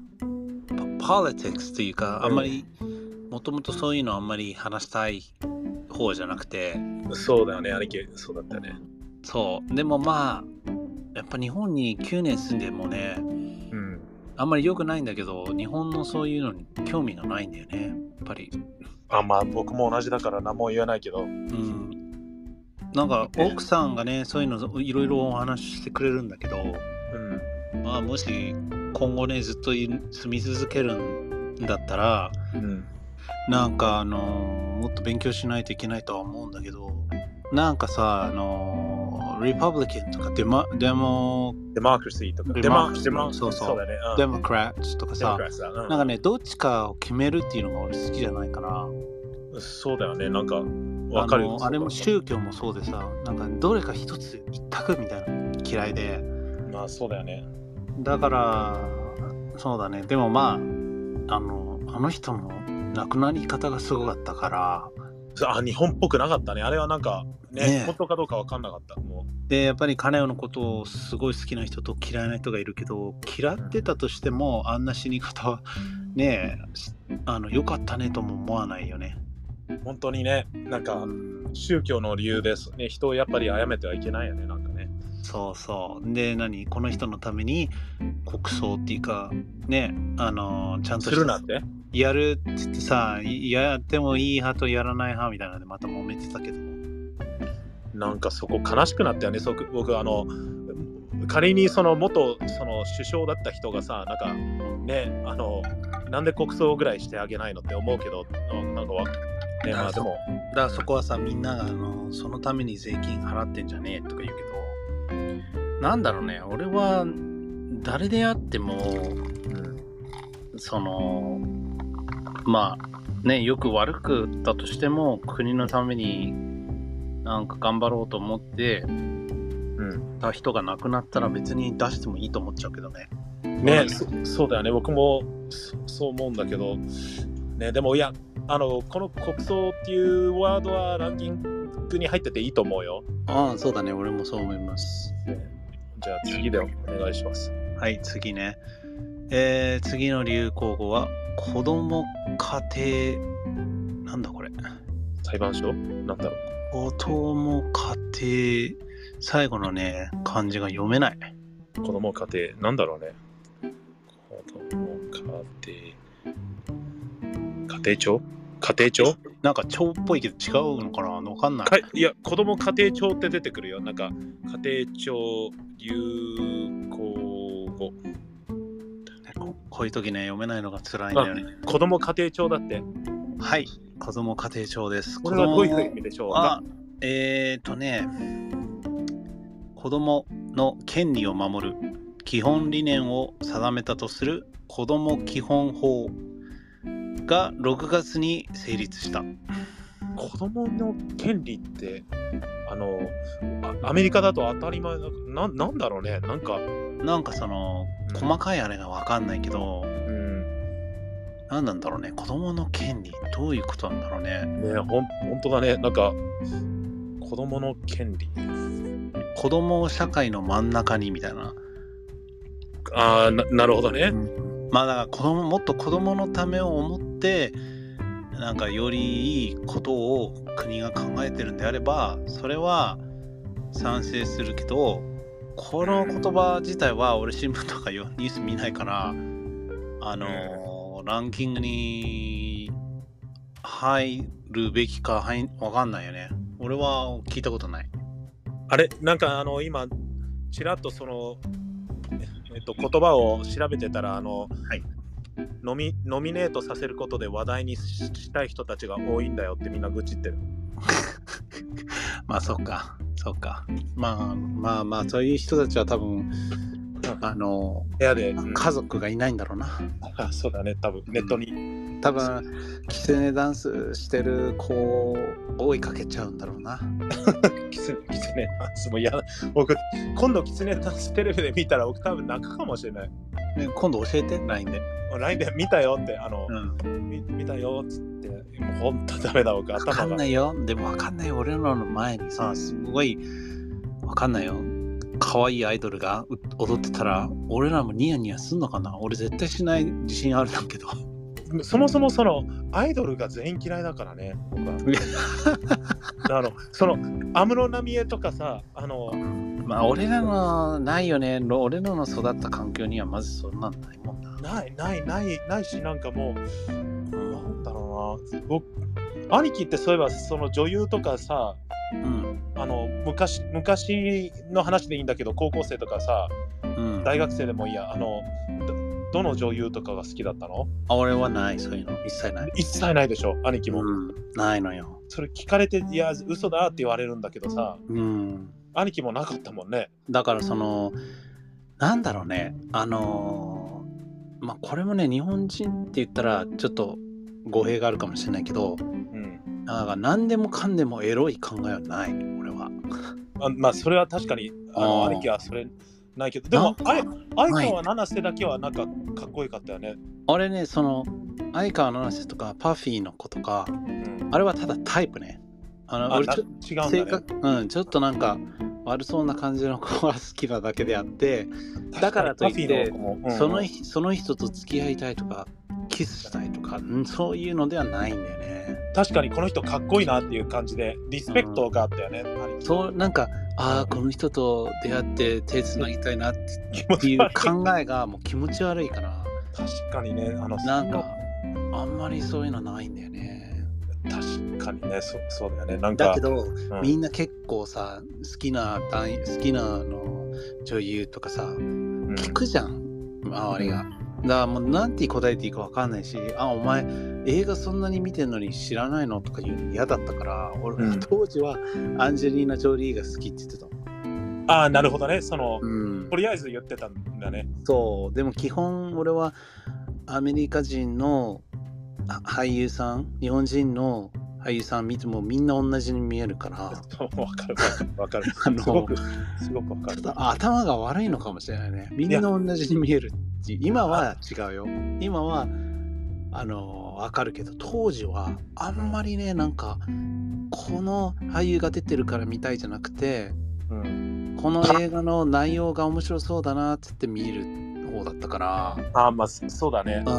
politics というか、あんまりもともとそういうのあんまり話したい方じゃなくて、 そうだよね、兄貴、そうだったよね。 そう、でもまあやっぱ日本にきゅうねん住んでもね、うん、あんまり良くないんだけど、日本のそういうのに興味がないんだよね、やっぱり。 あ、まあ僕も同じだから何も言わないけど。うん。 なんか奥さんがね、そういうのいろいろお話ししてくれるんだけど、うん、まあもし今後ねずっと住み続けるんだったら、うん、なんかあのもっと勉強しないといけないとは思うんだけど、なんかさあのリパブリカンとかデモデモデモクラシーとかデモデモそうそうデモクラッツとかさ、うん、なんかねどっちかを決めるっていうのが俺好きじゃないかな。 そうだよね、なんかわかるよ。 あ, あれも宗教もそうでさ、なんかどれか一つ一択みたいな嫌いで。 まあそうだよね。 だからそうだね。でもまああのあの人の亡くなり方がすごかったから、 あ日本っぽくなかったね。あれはなんかね、ね本当かどうか分かんなかった。もうでやっぱり彼のことをすごい好きな人と嫌いな人がいるけど、嫌ってたとしても、うん、あんな死に方はねあの良かったねとも思わないよね。 本当にね、なんか宗教の理由ですね。人をやっぱり殺めてはいけないよね、なんかね。 そうそうで何この人のために国葬っていうかね、あのちゃんとするなってやるって言ってさ、やってもいい派とやらない派みたいなのでまた揉めてたけど、 なんかそこ悲しくなったよね。そ僕あの仮にその元その首相だった人がさ、なんかね、あのなんで国葬ぐらいしてあげないのって思うけど、なんかわね、まあでもだからそこはさ、みんながあのそのために税金払ってんじゃねえとか言うけど、なんだろうね、俺は誰であっても、うん、そのまあね、よく悪くだとしても国のためになんか頑張ろうと思ってうんた人が亡くなったら別に出してもいいと思っちゃうけどね。 ね、そ, そうだよね。僕も そ, そう思うんだけどね。でもいや、あのこの国葬っていうワードはランキングに入ってていいと思うよ。 ああ、そうだね。俺もそう思います。 ね、じゃあ次でお願いします。 はい、次ね。えー、次の流行語は子供家庭なんだこれ。 裁判所なんだろう。子供家庭最後のね漢字が読めない。 子供家庭なんだろうね。子供家庭家庭庁家庭庁なんか庁っぽいけど違うのかな、わかんない。 いや、子供家庭庁って出てくるよ。なんか家庭庁流行語。 こういう時ね読めないのが辛いんだよね。 子供家庭庁だって。 はい、子供家庭庁です。 これはどういう意味でしょうか。 えーとね、子供の権利を守る基本理念を定めたとする子ども基本法がろくがつに成立した。 子どもの権利ってあのアメリカだと当たり前だ。な、なんだろうね。なんかなんかその、うん、細かいあれが分かんないけど、うん、なんなんだろうね。子どもの権利どういうことなんだろうね。 ね、ほん本当だね。なんか子どもの権利、 子どもを社会の真ん中にみたいな。 ああ、な、なるほどね。うん、 まあだから子供もっと子供のためを思ってなんかよりいいことを国が考えてるんであればそれは賛成するけど、この言葉自体は俺新聞とかニュース見ないからあのー、ランキングに入るべきか入わかんないよね。俺は聞いたことない。 あれなんかあの今ちらっとそのえっと、言葉を調べてたらあの、はい、ノミ、ノミネートさせることで話題にしたい人たちが多いんだよってみんな愚痴ってる。 まあそっかそっかまあまあまあそういう人たちは多分あの部屋で、 うん、家族がいないんだろうな。 あ、そうだね、多分ネットに。 多分キツネダンスしてる子を追いかけちゃうんだろうな。 キツネダンスも嫌だ。僕今度キツネダンステレビで見たら僕多分泣くかもしれない。 ね、今度教えて ライン で。 ライン で見たよってあの、うん、見, 見たよっつってもう本当ダメだ僕頭が。 わかんないよ。でもわかんないよ。俺らの前にさすごいわかんないよ。可愛いアイドルが踊ってたら俺らもニヤニヤすんのかな。俺絶対しない自信あるんだけど。 そもそもそのアイドルが全員嫌いだからね、僕は。あのその安室奈美恵とかさ、あのまあ俺らのないよね。俺らの育った環境にはまずそんなんないもんな。 ないないないないし、なんかもう、なんだろうな。僕兄貴ってそういえばその女優とかさ、うん、あの昔昔の話でいいんだけど、高校生とかさ、うん、大学生でもいいや、あの。どの女優とかが好きだったの？ あ、俺はない、そういうの一切ない。 一切ないでしょ、兄貴も。 うん、ないのよ。 それ聞かれて、いや、嘘だって言われるんだけどさ、うん、兄貴もなかったもんね。 だからその、なんだろうね、あのー、まあこれもね、日本人って言ったらちょっと語弊があるかもしれないけど、うん、だから何でもかんでもエロい考えはない、俺は。 あ、まあそれは確かに、あの兄貴はそれないけど、でも相川七瀬だけはなんかかっこよかったよね。 俺ね、その相川七瀬とかパフィーの子とか、うん、あれはただタイプね。あのあ俺ちょ違うんだね。 うん、ちょっとなんか悪そうな感じの子が好きなだけであって、だからといって、うんうん、そのその人と付き合いたいとかキスしたいとか、うん、そういうのではないんだよね。 確かにこの人かっこいいなっていう感じでリスペクトがあったよね。 うん、そうなんかああこの人と出会って手つなぎたいなっていう考えがもう気持ち悪いから。 確かにね、あのなんかあんまりそういうのないんだよね。 確かにね、そ う, そうだよね。なんかだけど、うん、みんな結構さ好きな好きなの女優とかさ、うん、聞くじゃん周りが。だからもうなんて答えていいか分かんないし、あお前映画そんなに見てんのに知らないのとか言うの嫌だったから、俺、うん、当時はアンジェリーナ・ジョリーが好きって言ってた。 ああなるほどね、その、うん、とりあえず言ってたんだね。 そうでも基本俺はアメリカ人の俳優さん、日本人の俳優さん見てもみんな同じに見えるから。 わかるわかる。あのすごくすごくわかる。 ちょっと頭が悪いのかもしれないね。みんな同じに見える。今は違うよ。今はあのわかるけど、当時はあんまりね、なんかこの俳優が出てるから見たいじゃなくて、うん、この映画の内容が面白そうだなっつって見る方だったから。 あまあそうだね。うん、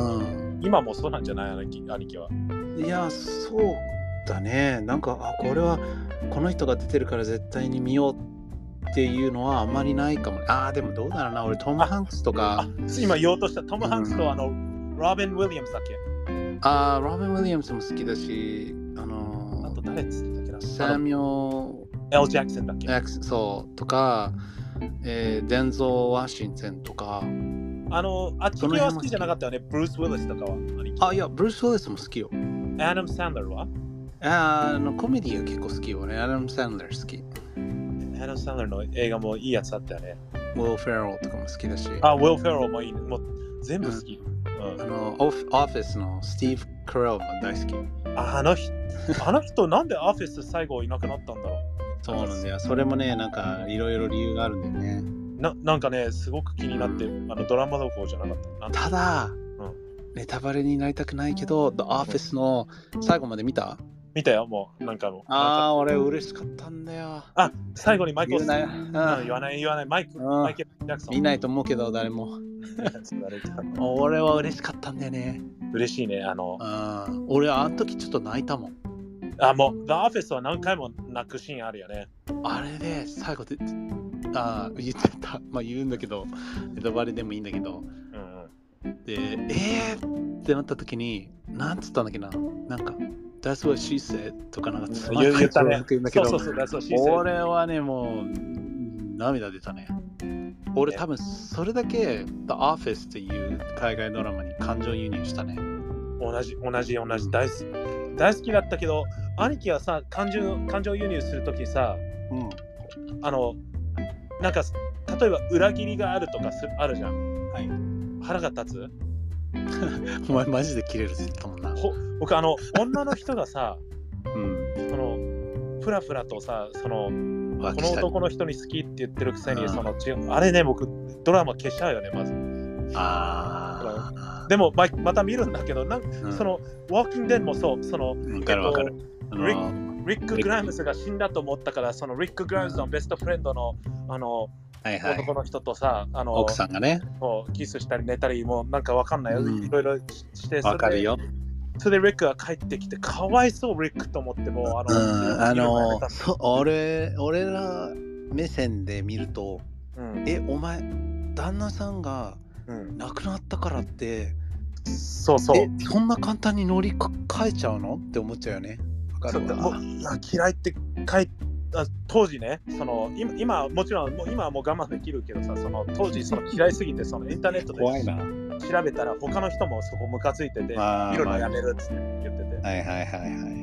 今もそうなんじゃない兄貴、兄貴は。 いやそうだね。なんかあこれはこの人が出てるから絶対に見ようっていうのはあんまりないかも。ああでもどうだろうな。俺トム・ハンクスとか今言おうとしたトム・ハンクスと、うん、あのロビン・ウィリアムスだっけ。 ああロビン・ウィリアムスも好きだし、あのー、あと誰っつってたっけな。 サミュエル・ジャクソンだっけ。 そうとか、えー、デンゾー・ワシントンとか。 あのあっちは好きじゃなかったよね。ブルース・ウィリスとかは。 あいやブルース・ウィリスも好きよ。 アダム・サンダーはああのコメディは結構好きよね。アダム・サンダー好き。 アダム・サンダーの映画もいいやつあったよね。 ウィル・フェローとかも好きだし。 あ、ウィル・フェローもいい、ね。もう全部好き。 うんうん、あのオフ、オフィスのスティーブ・カレルも大好き。 あの人、あの人なんでオフィス最後いなくなったんだろう。 そうなんだよ。それもね、なんかいろいろ理由があるんだよね。 な, なんかね、すごく気になって、うん、あのドラマの方じゃなかった。 ただ、うん、ネタバレになりたくないけど、The Office の最後まで見た？ 見たよ、もう、なんかもう。 ああ、俺嬉しかったんだよ。 あ、最後にマイクを言わない、 うん、言わない、言わない、マイク、マイケル・ジャクソン。 見ないと思うけど、誰も。俺は嬉しかったんだよね。 嬉しいね、あの。 うん、俺、あの時ちょっと泣いたもん。 あ、もう、The Office は何回も泣くシーンあるよね。 あれで、最後で、あ言ってた、まあ言うんだけど、ネタバレでもいいんだけど、うんうん、で、えーってなった時に、なんつったんだっけな、なんか、That's what she said とかなんかつま言ったね。 そうそうそう、That's what she said。俺はね、もう、涙出たね。俺多分それだけ The Office っていう海外ドラマに感情輸入したね。 同じ、同じ、同じ、大好き。大好きだったけど、兄貴はさ、感情、感情輸入するときさ、うん、あの、なんか例えば裏切りがあるとかすあるじゃん。 はい。 腹が立つお前マジでキレるって言ったもんな。 僕あの女の人がさ、 うん、 そのフラフラとさ、そのこの男の人に好きって言ってるくせに、そのあれね、僕ドラマ消しちゃうよねまず。 ああ。でも ま, また見るんだけど、なん、うん、そのウォーキングデッドもそう、その分かる分かる。 リック、リック・グライムスが死んだと思ったから、そのリック・グライムスのベストフレンドのあの、はいはい、男の人とさ、あの奥さんがね、 キスしたり寝たり、もうなんかわかんないよ、うん、いろいろして、 わかるよ。 それでリックが帰ってきて、かわいそうリックと思っても、 あの、うん、あの俺、俺ら目線で見ると、うん、え、お前、旦那さんが亡くなったからって、 うん、そうそう。 え、そんな簡単に乗り換えちゃうのって思っちゃうよね。わかるわ。 もう嫌いって帰っ当時ね、その 今, 今もちろんもう今はもう我慢できるけどさ、その当時その嫌いすぎて、そのインターネットで怖いな調べたら他の人もそこムカついてて、見るのやめるっつって言ってて、 はいはいはいはい、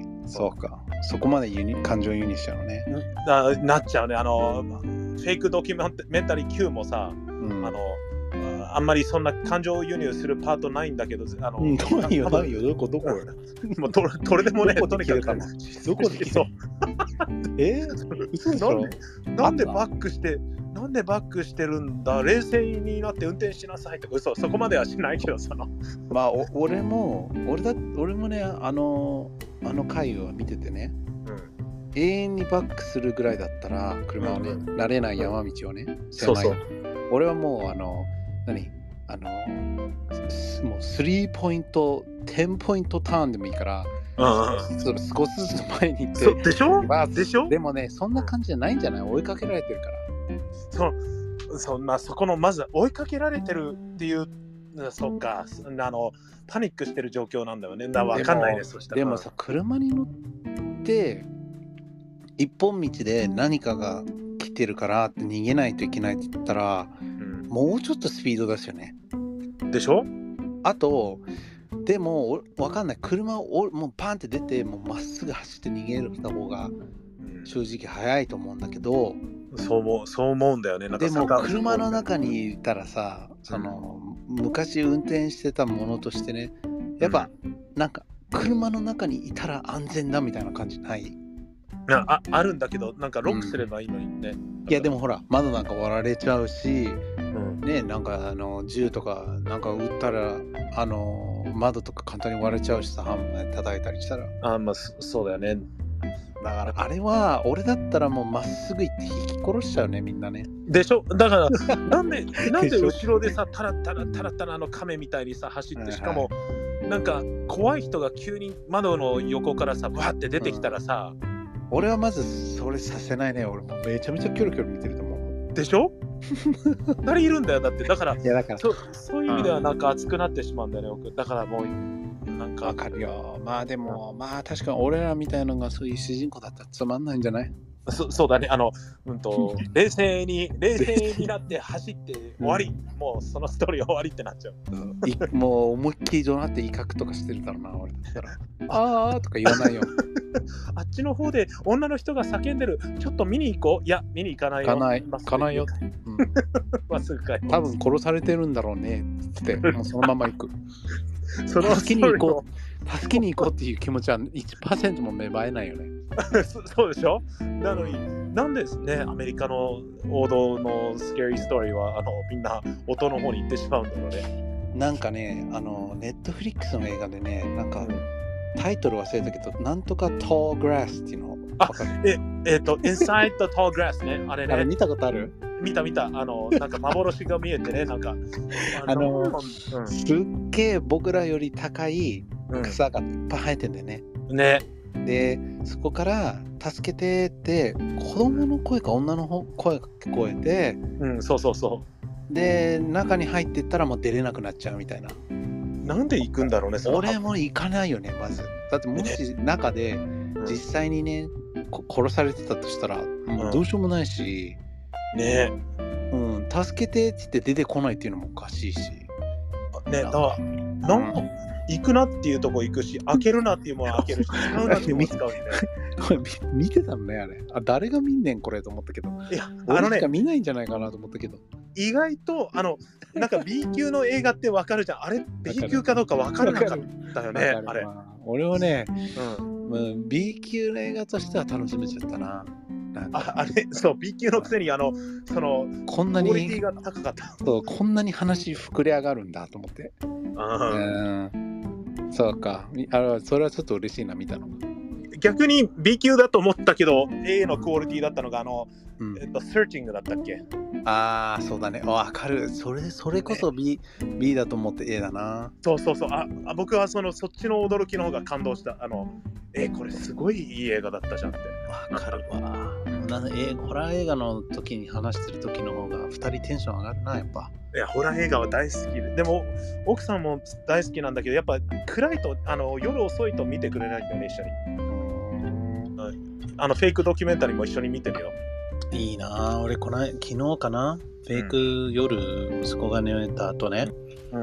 そうか、そこまでユニ感情輸入しちゃうのね。 な, なっちゃうね。あのフェイクドキュメンタリー Q もさ、うん、あのあんまりそんな感情輸入するパートないんだけど、あの、 うん、ないよないよ、どこどこもうどれでもね、とにかくどこで切そうえー、 なんでなんでバックしてなんでバックしてるんだ、冷静になって運転しなさいとか、嘘、そこまではしないけど、そのまあお俺も俺だ俺もね、あのあの回を見ててね、うん、永遠にバックするぐらいだったら車をね、うん、慣れない山道をね、うん、 そうそう、 俺はもうあの何あのもうスリーポイントテンポイントターンでもいいから、うん、その少しずつ前に行ってでしょ、 まあ、 でしょ。 でもね、そんな感じじゃないんじゃない？追いかけられてるから。 そそんなそこのまず追いかけられてるっていう、そっか、あのパニックしてる状況なんだよね。だわかんないです。そしたらでもさ、車に乗って一本道で何かが来てるからって逃げないといけないって言ったら、うん、もうちょっとスピードですよね。 でしょ。 あとでもわかんない、車をもうパンって出てもうまっすぐ走って逃げる方が正直早いと思うんだけど、 うん、そう思うそう思うんだよね。なんかでも車の中にいたらさ、その、うん、昔運転してたものとしてね、やっぱ、うん、なんか車の中にいたら安全だみたいな感じない？ あ, あるんだけど、なんかロックすればいいのにね、うん、 いやでもほら窓なんか割られちゃうし、うん、ね、なんかあの銃とかなんか撃ったらあの窓とか簡単に割れちゃうしさ、ハンマー叩いたりしたら。 あ、まあそうだよね。 だからあれは俺だったらもうまっすぐ行って引き殺しちゃうね、みんなね。 でしょ。だからなんでなんで後ろでさ、タラタラタラタラあの亀みたいにさ走って、しかもなんか怖い人が急に窓の横からさバーって出てきたらさ、うん、 俺はまずそれさせないね。俺もめちゃめちゃキョロキョロ見てると思う。 でしょ。ふたりいるんだよ、だって。だから、 いやだからそそういう意味ではなんか熱くなってしまうんだよね、僕。だからもうなんかわかるよ。まあでも、うん、まあ確かに俺らみたいなのがそういう主人公だったらつまんないんじゃない？ そそうだね。あの、うんと冷静に冷静になって走って終わり、うん、もうそのストーリー終わりってなっちゃう。 うん、もう思いっきり怒鳴って威嚇とかしてるだろうな、俺だったら。あーとか言わないよ。 あっちの方で女の人が叫んでる、ちょっと見に行こう。いや、見に行かないよ。 行かない、行かないよ。 うん、まっすぐ帰る。 多分殺されてるんだろうねってもうそのまま行く。その助けに行こう、助けに行こうっていう気持ちは いちパーセント も芽生えないよね。 そ, そうでしょ。なのに、なんですね、アメリカの王道のスキャリーストーリーはあのみんな音の方に行ってしまうんだろうね。 なんかね、あのネットフリックスの映画でね、なんか、うん、タイトル忘れたけど、なんとか Tall Grass っていうのあ、え、えっ、ー、と Inside the Tall Grass ね、あれね。 あれ見たことある？ 見た見た。あのなんか幻が見えてね、なんかあの、うん、すっげえ僕らより高い草がいっぱい生えてんだよね。 うん、ね。 でそこから助けてって子供の声か女の声が聞こえて、 うん、そうそうそう。 で中に入っていったらもう出れなくなっちゃうみたいな。 なんで行くんだろうね。その俺も行かないよね、まず。だってもし中で実際にね、うん、殺されてたとしたらもうどうしようもないし、 うん、ね、 うん、助けてって言って出てこないっていうのもおかしいしね。だからなんか、 行くなっていうとこ行くし、開けるなっていうものは開けるし、使うなっていうもの使うしね。 これ見てたのね、あれ。あ、誰が見んねんこれと思ったけど。いや、あのね、俺しか見ないんじゃないかなと思ったけど。 意外とあのなんか B 級の映画ってわかるじゃん。あれ B 級かどうかわからなかったよね。あれ。 俺はね、うん、B 級の映画としては楽しめちゃったな。 あ, あれそう B 級のくせにあのそのこんなにクオリティが高かった。 そうこんなに話膨れ上がるんだと思って。あうんそうかあそれはちょっと嬉しいな見たの。 逆に B 級だと思ったけど A のクオリティだったのがあの、うんえっと、Searching だったっけ。 ああそうだねわかるそれそれこそ B, B だと思って A だな。 そうそうそうああ僕はそのそっちの驚きの方が感動した。あのえこれすごいいい映画だったじゃんって。 わかるわなえホラー映画の時に話してる時の方がふたりテンション上がるなやっぱ。 いやホラー映画は大好きで、でも奥さんも大好きなんだけどやっぱ暗いとあの夜遅いと見てくれないんだよね一緒に。あのフェイクドキュメンタリーも一緒に見てるよ。 いいな俺この昨日かなフェイク、うん、夜息子が寝た後ね、うん、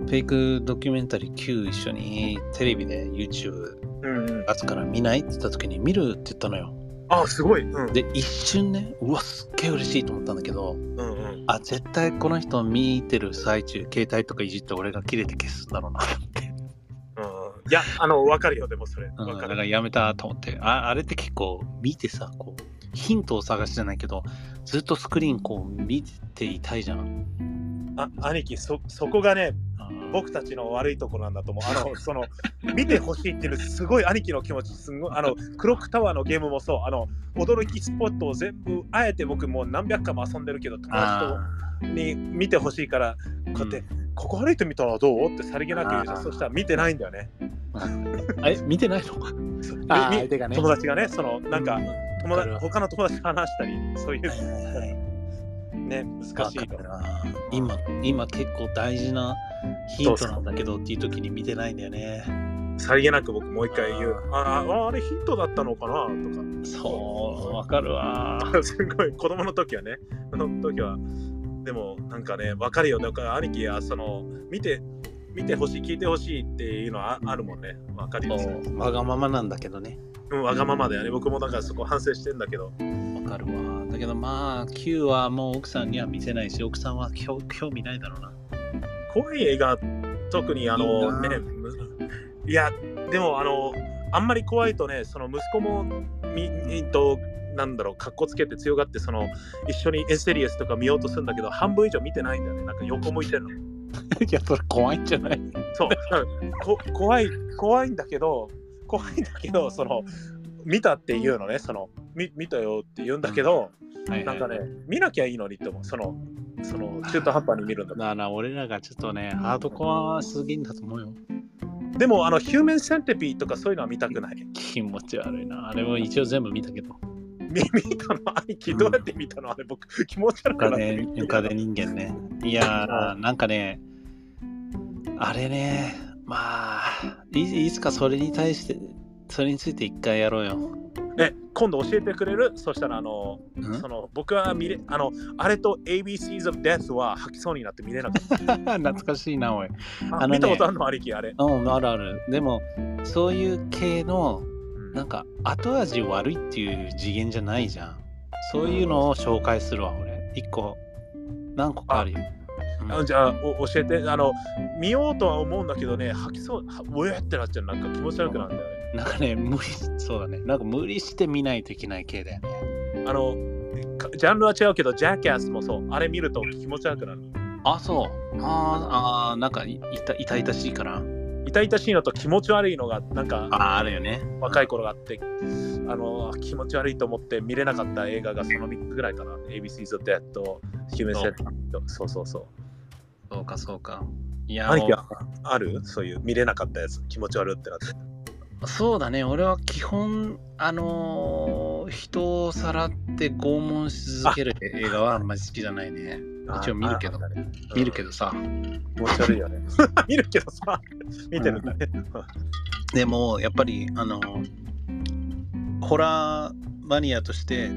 フェイクドキュメンタリーきゅう一緒にテレビで YouTube あつから見ないって言った時に見るって言ったのよ。 あすごい、うん、 で一瞬ねうわすっげえ嬉しいと思ったんだけど、うんうん、あ絶対この人見てる最中携帯とかいじって俺が切れて消すんだろうなって、 うん、いやあの分かるよでもそれ分かる、 うん、だからやめたと思って あ, あれって結構見てさこうヒントを探しじゃないけどずっとスクリーンこう見ていたいじゃん。 あ兄貴 そ, そこがね僕たちの悪いところなんだと思う。あのその見てほしいっていうのすごい兄貴の気持ちすごいあのクロックタワーのゲームもそうあの驚きスポットを全部あえて僕もう何百回も遊んでるけど友達とに見てほしいからこうやって、うん、ここ歩いてみたらどうってさりげなく言うじゃん。そしたら見てないんだよね。 え見てないのあ相手がね友達がねそのなんか友達他の友達と話したりそういう、はい、ね難しいから今今結構大事なヒントなんだけどっていう時に見てないんだよね。 さりげなく僕もう一回言う あ, あ, あれヒントだったのかなとか。 そうわかるわすごい子供の時はねその時はでもなんかねわかるよ。だから兄貴はその見て見てほしい聞いてほしいっていうのは あ, あるもんね。わかるよ。 わがままなんだけどね。 うん、わがままだよね。僕もだからそこ反省してんだけど。 わかるわ。だけどまあ Q はもう奥さんには見せないし奥さんは興味ないだろうな。 怖い映画特にあのねいやでもあのあんまり怖いとねその息子もみとなんだろうかっこつけて強がってその一緒にエステリエスとか見ようとするんだけど半分以上見てないんだよね。なんか横向いてるの。いやそれ怖いんじゃない？ そうこ怖い怖いんだけど怖いんだけどその見たって言うのねその 見, 見たよって言うんだけど、はいはい、なんかね見なきゃいいのにって思う。そのその中途半端に見るんだ。 だから俺らがちょっとねハードコアすぎんだと思うよ。 でもあのヒューマンセンティピーとかそういうのは見たくない。 気持ち悪いな。あれも一応全部見たけど。 見, 見たの兄貴どうやって見たの、うん、あれ僕気持ち悪くなって見た。で人間ね。いやーなんかねあれねまあ い, いつかそれに対してそれについて一回やろうよ。 え今度教えてくれる？そしたらあのその僕は見れあのあれと エービーシーズ of Death は吐きそうになって見れなかった。 懐かしいなおい。 ああの、ね、見たことあるのありきあれ。 うんあるある。でもそういう系のなんか後味悪いっていう次元じゃないじゃん。そういうのを紹介するわ俺。一個何個かあるよ。 あうん、じゃあお教えて。あの見ようとは思うんだけどね吐きそううえってなっちゃう。なんか気持ち悪くなるんだよね。 なんかね無理そうだねなんか無理して見ないといけない系だよね。 あのジャンルは違うけどジャッキャスもそうあれ見ると気持ち悪くなる。 あそうああなんかいた痛々しいかな。 痛々しいのと気持ち悪いのがなんかあ, あるよね。 若い頃があってあの気持ち悪いと思って見れなかった映画がそのみっつぐらいかな。 エービーシーズ of Death と Human Centipede。 そうそうそうそうかそうか。いや兄貴はあるそういう見れなかったやつ気持ち悪いってなって。 そうだね俺は基本あのー、人をさらって拷問し続ける映画はあんまり好きじゃないね。一応見るけど、ねうん、見るけどさ気持ち悪いよね見るけどさ見てるんだね、 うん、でもやっぱりあのホラーマニアとして、うん、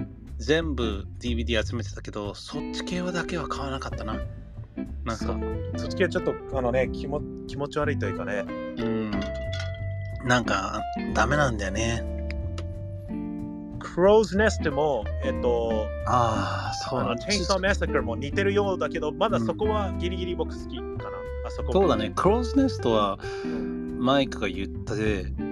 全部 ディーブイディー 集めてたけどそっち系はだけは買わなかったな。なんかそっち系はちょっとあのね気も気持ち悪いというかね。 うん。なんかダメなんだよね。 クローズネストも、えっと、 ああ、そうなんだ。チェインソーマサカーも似てるようだけど、まだそこはギリギリ僕好きかな。うん、あそこそうだね。クローズネストはマイクが言って、うん、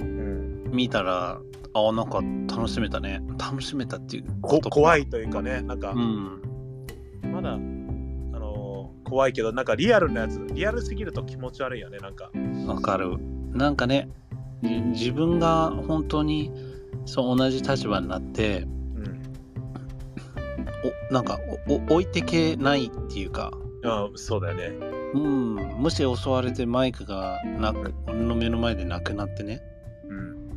見たら、あ、なんか楽しめたね。楽しめたっていうこ怖いというかね、なんか、 うん、 まだ、あのー、怖いけど、なんかリアルなやつ、リアルすぎると気持ち悪いよね、なんか。 わかる。なんかね、自分が本当にそう同じ立場になって、うん、おなんかおお置いてけないっていうか、 あ、そうだよね。 うん、もし襲われてマイクがなく俺の目の前でなくなってね、うん、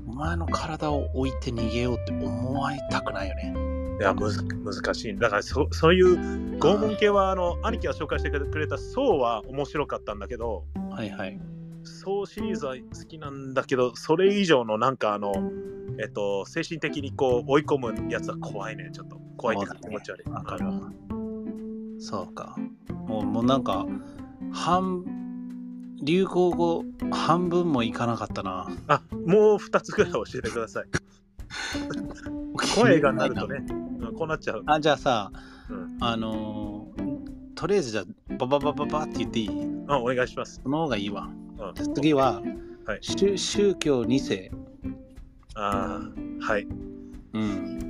お前の体を置いて逃げようって思われたくないよね。 いや、むず難しい。だからそそういう拷問系はあの兄貴が紹介してくれたソーは面白かったんだけど、 はいはい。 ソーシリーズは好きなんだけど、それ以上のなんかあの、えっと、精神的にこう追い込むやつは怖いね。ちょっと怖いって気持ち悪い。 わかるわ。そうか。もう、もうなんか半流行語半分もいかなかったな。 あ、もうふたつぐらい教えてください。声が鳴るとね、こうなっちゃう。 あ、じゃあさ、うん、あのー、とりあえずじゃあバババババって言っていい？ あ、お願いします。 その方がいいわ。うん、次は、はい、宗, 宗教に世。 ああ、はい。 うん。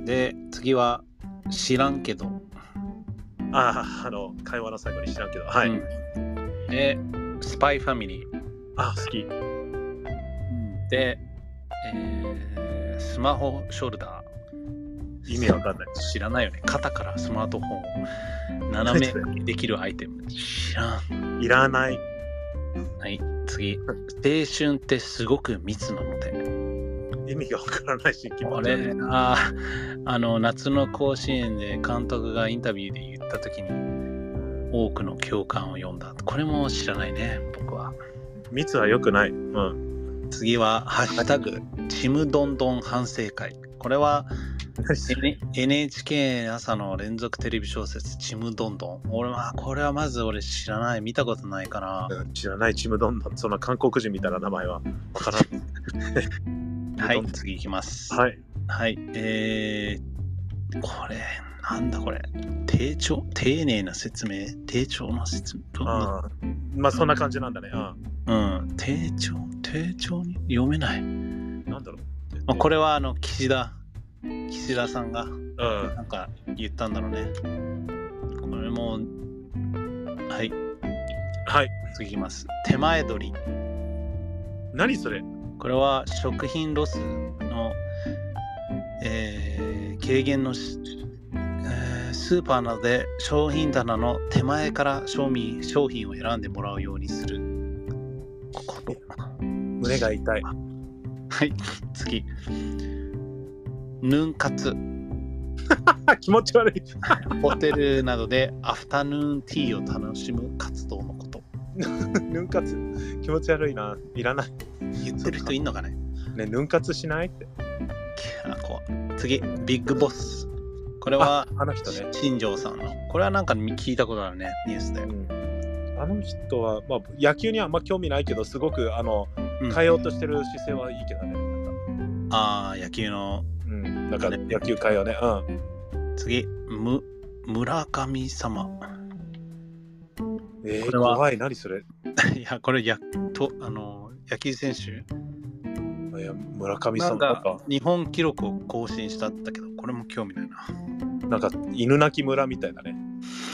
で、次は知らんけど。 ああ、あの会話の最後に知らんけど、はい。うん、 で、スパイファミリー。 あ、好き。 うん、で、えー、スマホショルダー。 意味わかんない。 知らないよね。肩からスマートフォンを斜めにできるアイテム。知らん。 いらない。 はい、次。青春ってすごく密なので。 意味がわからないし、気持ち悪い。ああの夏の甲子園で監督がインタビューで言ったときに多くの共感を読んだ。これも知らないね、僕は。 密は良くない。うん。 次はハッシュタグちむどんどん反省会。これはエヌエイチケー 朝の連続テレビ小説ちむどんどん。俺はこれはまず俺知らない、見たことないかな。 知らないちむどんどん。そんな韓国人みたいな名前はわからん。 はい、次いきます。 はい。 はい、えー、これなんだこれ。丁重丁寧な説明、丁重な説明。 ああ、まあそんな感じなんだね。 うん。うん、丁重丁重に読めない。 なんだろう。 まあ、これはあの岸田岸田さんがなんか言ったんだろうね。これもはいはい次いきます。手前取り。 何それ？ これは食品ロスの、えー、軽減の、えー、スーパーなどで商品棚の手前から商品商品を選んでもらうようにすること。 胸が痛い。 はい次。ヌン活。 気持ち悪い。 ホテルなどでアフタヌーンティーを楽しむ活動のこと。 ヌン活気持ち悪いな。いらない。 言ってる人いんのかね。 ね、ヌン活しないって。 あ、こう次ビッグボス。これはあ, あの人ね。 新庄さんの。これはなんか聞いたことあるね、ニュースで。うん、 あの人は、まあ、野球にはあんま興味ないけど、すごくあの、うん、変えようとしてる姿勢はいいけどね。 なんかああ、野球の。 うん、なんか野球界よね。 うん。次、む村神様。 えー、これは怖い。何それ？ いや、これやとあの野球選手。 いや、村神様か。 日本記録を更新したんだけど、これも興味ないな。 なんか犬鳴村みたいだね。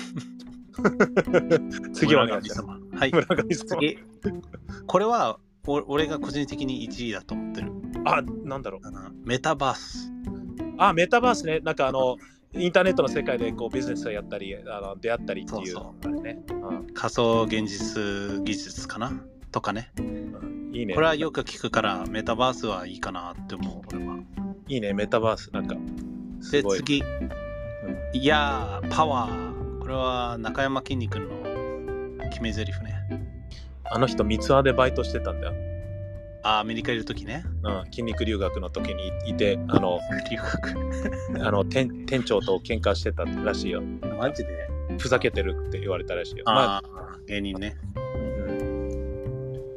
次は村神様。はい。村神様。次。これはお俺が個人的にいちいだと思ってる。 あ、なんだろう。 メタバース。 あ、メタバースね。なんかあのインターネットの世界でこうビジネスをやったり、あの出会ったりっていう。 そうそう、ね、うん、仮想現実技術かなとかね、うん。いいね。これはよく聞くからメタバースはいいかなって思う俺は。 いいね、メタバースなんか。 で次、うん、いやーパワー。これは中山きんに君の決め台詞ね。 あの人三ツ輪でバイトしてたんだよ。 あ、アメリカいるときね。 うん、筋肉留学の時にいて、あの留学あの 店, 店長と喧嘩してたらしいよ。 マジで？ ふざけてるって言われたらしいよ。 あ、まあ、芸人ね。 うん、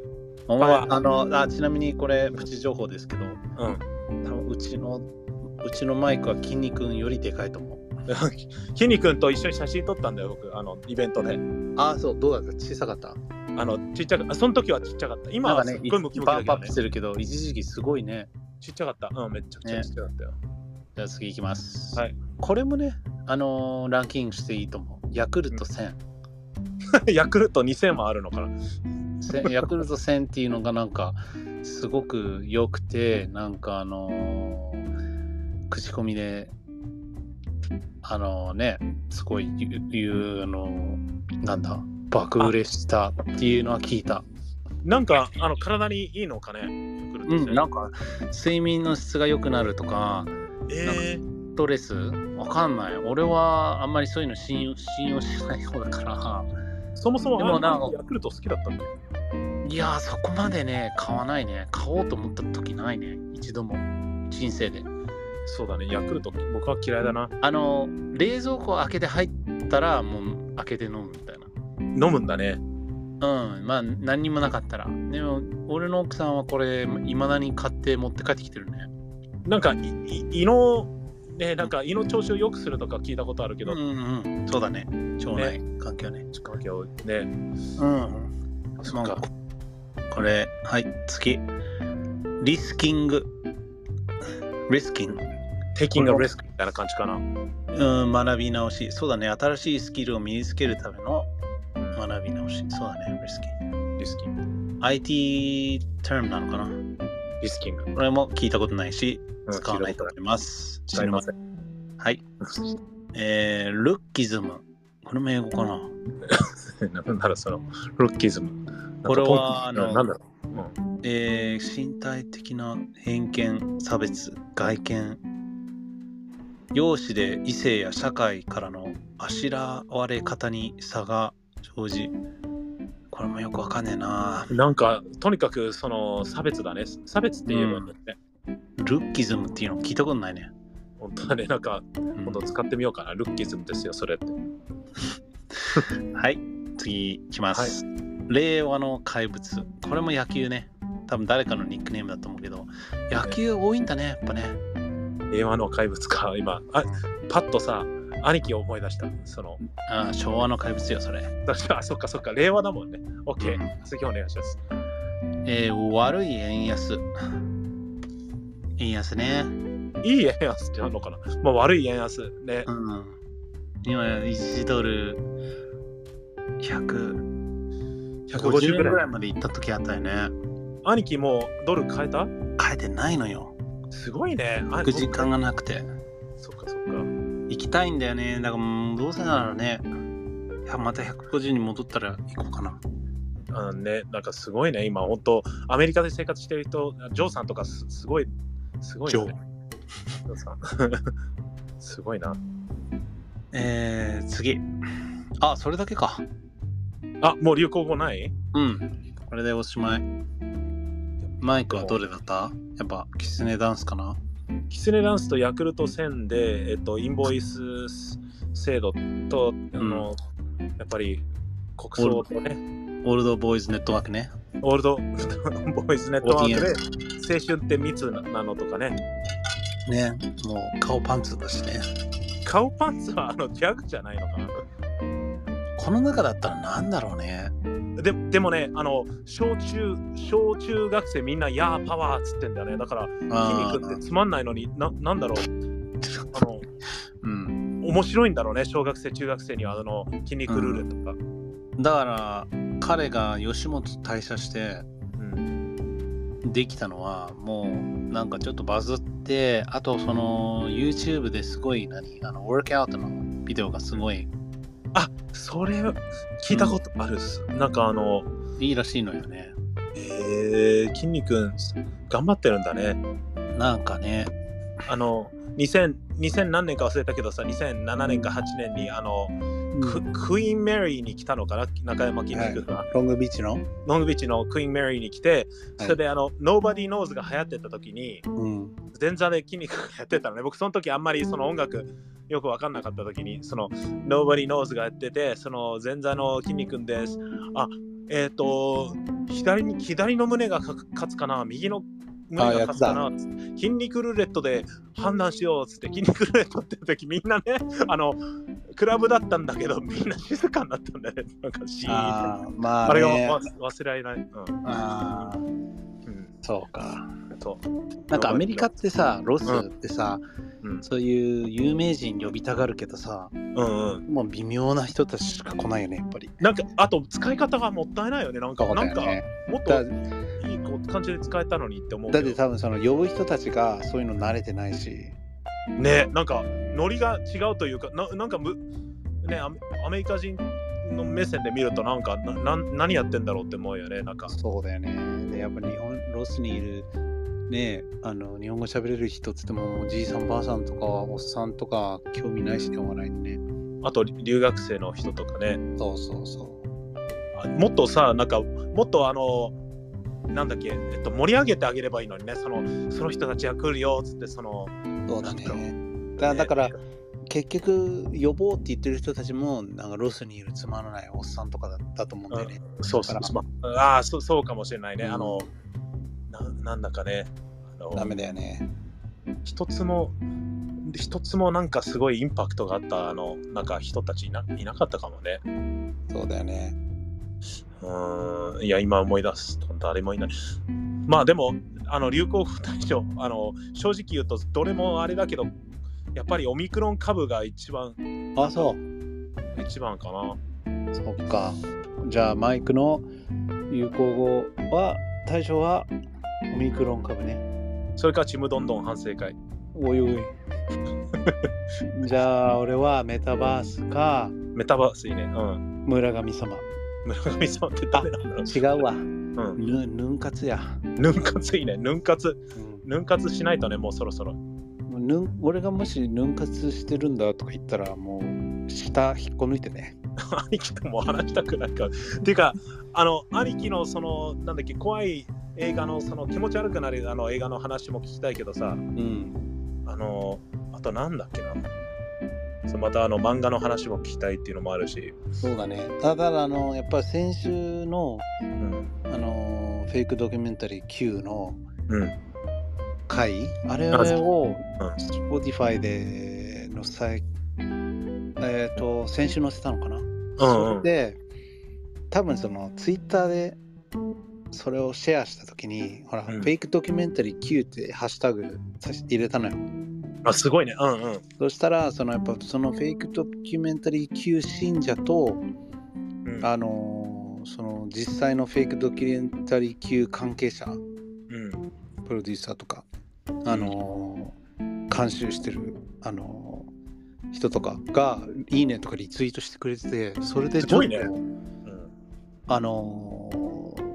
お前あのあちなみにこれプチ情報ですけど、 うん、 多分うちのうちのマイクは筋肉よりでかいと思う。 筋肉と一緒に写真撮ったんだよ僕、あのイベントで。 ああそう、どうだった？小さかった？ あのちっちゃかった。その時はちっちゃかった。今はすっごいムキムキだけどね。 パンプアップしてるけど一時期すごいね。 ちっちゃかった。うん、めっちゃくちゃちっちゃかったよ。ね、 じゃあ次いきます。 はい。 これもね、あのー、ランキングしていいと思う。ヤクルトせん。 ヤクルトにせんもあるのかな。 ヤクルトせんっていうのがなんかすごく良くて、なんかあのー、口コミであのー、ね、すごい言う、あのー、なんだ、爆売れしたっていうのは聞いた。 なんかあの体にいいのかね。 うん、なんか睡眠の質が良くなるとか、 えー、 ストレスわかんない。俺はあんまりそういうの信用、信用しない方だから。 そもそもでもなんかヤクルト好きだったっけ？いやー、そこまでね買わないね。買おうと思った時ないね、一度も人生で。 そうだね、ヤクルト僕は嫌いだな。 あの冷蔵庫開けて入ったらもう開けて飲むみたいな。 飲むんだね。 うん、まあ何にもなかったら。でも俺の奥さんはこれいまだに買って持って帰ってきてるね。 なんか胃のね、なんか胃の調子を良くするとか聞いたことあるけど。 うんうん、そうだね。腸内環境ね。 環境ね。うん。 そっか。これはい次。リスキング。リスキング。 テイキングリスクみたいな感じかな。 うん、学び直し。そうだね。新しいスキルを身につけるための学び直し。そうだね。リスキング。 リスキング。 アイティー term なのかな？ リスキング。 これも聞いたことないし、使わないと思います。 使いません。 はい。えー、ルッキズム。これも英語かな？ なんだろう、その、ルッキズム。 これは、あの、 なんだろう。 うん、えー、身体的な偏見、差別、外見、容姿で異性や社会からのあしらわれ方に差が生じ、これもよくわかんねえな。 なんかとにかくその差別だね。差別って言えばいいんだね、 うん、ルッキズムっていうの聞いたことないね。 本当だね。なんか、うん、今度使ってみようかな。ルッキズムですよそれって。 はい、次いきます、はい、令和の怪物。これも野球ね。多分誰かのニックネームだと思うけど、野球多いんだねやっぱね。 令和の怪物か。今あパッとさ兄貴を思い出した。そのああ昭和の怪物よそれ。 あそっかそっか令和だもんね。 OK、うん、次お願いします。 えー、悪い円安。円安ね。 いい円安ってあるのかな。まあ悪い円安ね、 うん、今いちドルひゃくごじゅうえんぐらいまで行った時あったよね。 兄貴もうドル変えた？ 変えてないのよ。 すごいね。 行く時間がなくて。 そっかそっか。 行きたいんだよね。だからどうせならね、またひゃくごじゅうに戻ったら行こうかな。 あね、なんかすごいね。今本当アメリカで生活してる人、ジョーさんとか す, すごいすごいね。ジョー。ジョーさんすごいな。 えー、次。あ、それだけか。 あ、もう流行語ない？ うん。これでおしまい。マイクはどれだった？やっぱキツネダンスかな？ キツネダンスとヤクルトせんで、えっと、インボイス制度と、あの、うん、やっぱり国葬とね。 オールドボーイズネットワークね。 オールドボーイズネットワークで青春って密なのとかね。 ね、もう顔パンツだしね。 顔パンツはあのギャグじゃないのかな。 この中だったらなんだろうね。 で, でもね、あの小中小中学生みんなヤーパワーっつってんだよね。だから筋肉ってつまんないのに な, なんだろうあの、うん、面白いんだろうね。小学生中学生にはあの筋肉ルールとか、うん、 だから彼が吉本退社して、うん、できたのはもうなんかちょっとバズって、あとその YouTube ですごい何あのワークアウトのビデオがすごい、 あ、それ聞いたことあるっす、うん、なんかあのいいらしいのよね。 えー、筋肉頑張ってるんだね。 なんかね、 あのにせん、にせん何年か忘れたけどさ、にせんななねんかはちねんにあの、うん、ク, クイーンメリーに来たのかな、中山筋肉が、はい、 ロングビーチのロングビーチのクイーンメリーに来て、それであの、はい、Nobody Knows が流行ってた時に、うん、前座で筋肉がやってたのね。僕その時あんまりその音楽よく分かんなかった時に、その Nobody Knows がやってて、その前座の筋肉です。あ、 えっ、ー、と左に左の胸が勝つかな、右の胸が勝つかな、筋肉ルーレットで判断しようっつって、筋肉ルーレットって時みんなね、あのクラブだったんだけどみんな静かになったんだよね。なんかシーンあ、まあね、 あれが忘れられない。うん、 あ、うん、そうか。 そうなんかアメリカってさ、ロスってさ、うん、そういう有名人呼びたがるけどさ、うんうん、もう微妙な人たちしか来ないよね、やっぱり。 なんかあと使い方がもったいないよね。なんか、ね、なんかもっといい感じで使えたのにって思うけど。 だって多分その呼ぶ人たちがそういうの慣れてないし。 ね、なんかノリが違うというか、な, なんかむ、ね、アメリカ人の目線で見るとなんかなな何やってんだろうって思うよね。なんかそうだよね。でやっぱ日本ロスにいるね、あの日本語喋れる人っつってもおじいさんばあさんとかおっさんとか興味ないしね、お笑いにね。 あと留学生の人とかね。 そうそうそう。 もっとさ、なんかもっとあのなんだっけ、えっと、盛り上げてあげればいいのにね。そのその人たちが来るよっつって、そのそうだね。だ, だから、ね、結局呼ぼうって言ってる人たちもなんかロスにいるつまらないおっさんとかだったと思うんだよね。 うん、そうそうそう。ああ、そう、そうかもしれないね。うん、あの な, なんだかね。あのダメだよね。 一つも一つもなんかすごいインパクトがあったあのなんか人たちい な, いなかったかもね。 そうだよね。 うーん、いや今思い出すと誰もいない。まあでもあの流行語大賞、あの正直言うとどれもあれだけど、やっぱりオミクロン株が一番。 あ、そう一番かな。 そっか。じゃあマイクの流行語は大賞はオミクロン株ね。 それかちむどんどん反省会。 おいおいじゃあ俺はメタバースか。 メタバースいいね。うん。 村神様。 村神様って誰なんだろう。 違うわ。うん。ぬヌン活や。 ヌン活いいね。ヌン活、うん、ヌン活しないとね、もうそろそろ。 ヌン俺がもしヌン活してるんだとか言ったらもう下引っこ抜いてね。 兄貴とも話したくないから。っていうかあの兄貴のそのなんだっけ怖い映画のその気持ち悪くなるあの映画の話も聞きたいけどさ、うん、あのあとなんだっけな、そうまたあの漫画の話も聞きたいっていうのもあるし。 そうだね。ただあのやっぱ先週の、うん、あのフェイクドキュメンタリー Q の回、うん、あれを Spotify での際、えっ、ー、と先週載せたのかな。うんうん、それで多分その Twitter でそれをシェアしたときに、ほら、うん、フェイクドキュメンタリー Q ってハッシュタグ入れたのよ。 あ、すごいね。うんうん。 そしたら、そのやっぱそのフェイクドキュメンタリー Q 信者と、うん、あのー、その実際のフェイクドキュメンタリー Q 関係者、うん、プロデューサーとか、あのー、監修してる、あのー、人とかがいいねとかリツイートしてくれてて、それでちょっと、すごいね。うん、あのー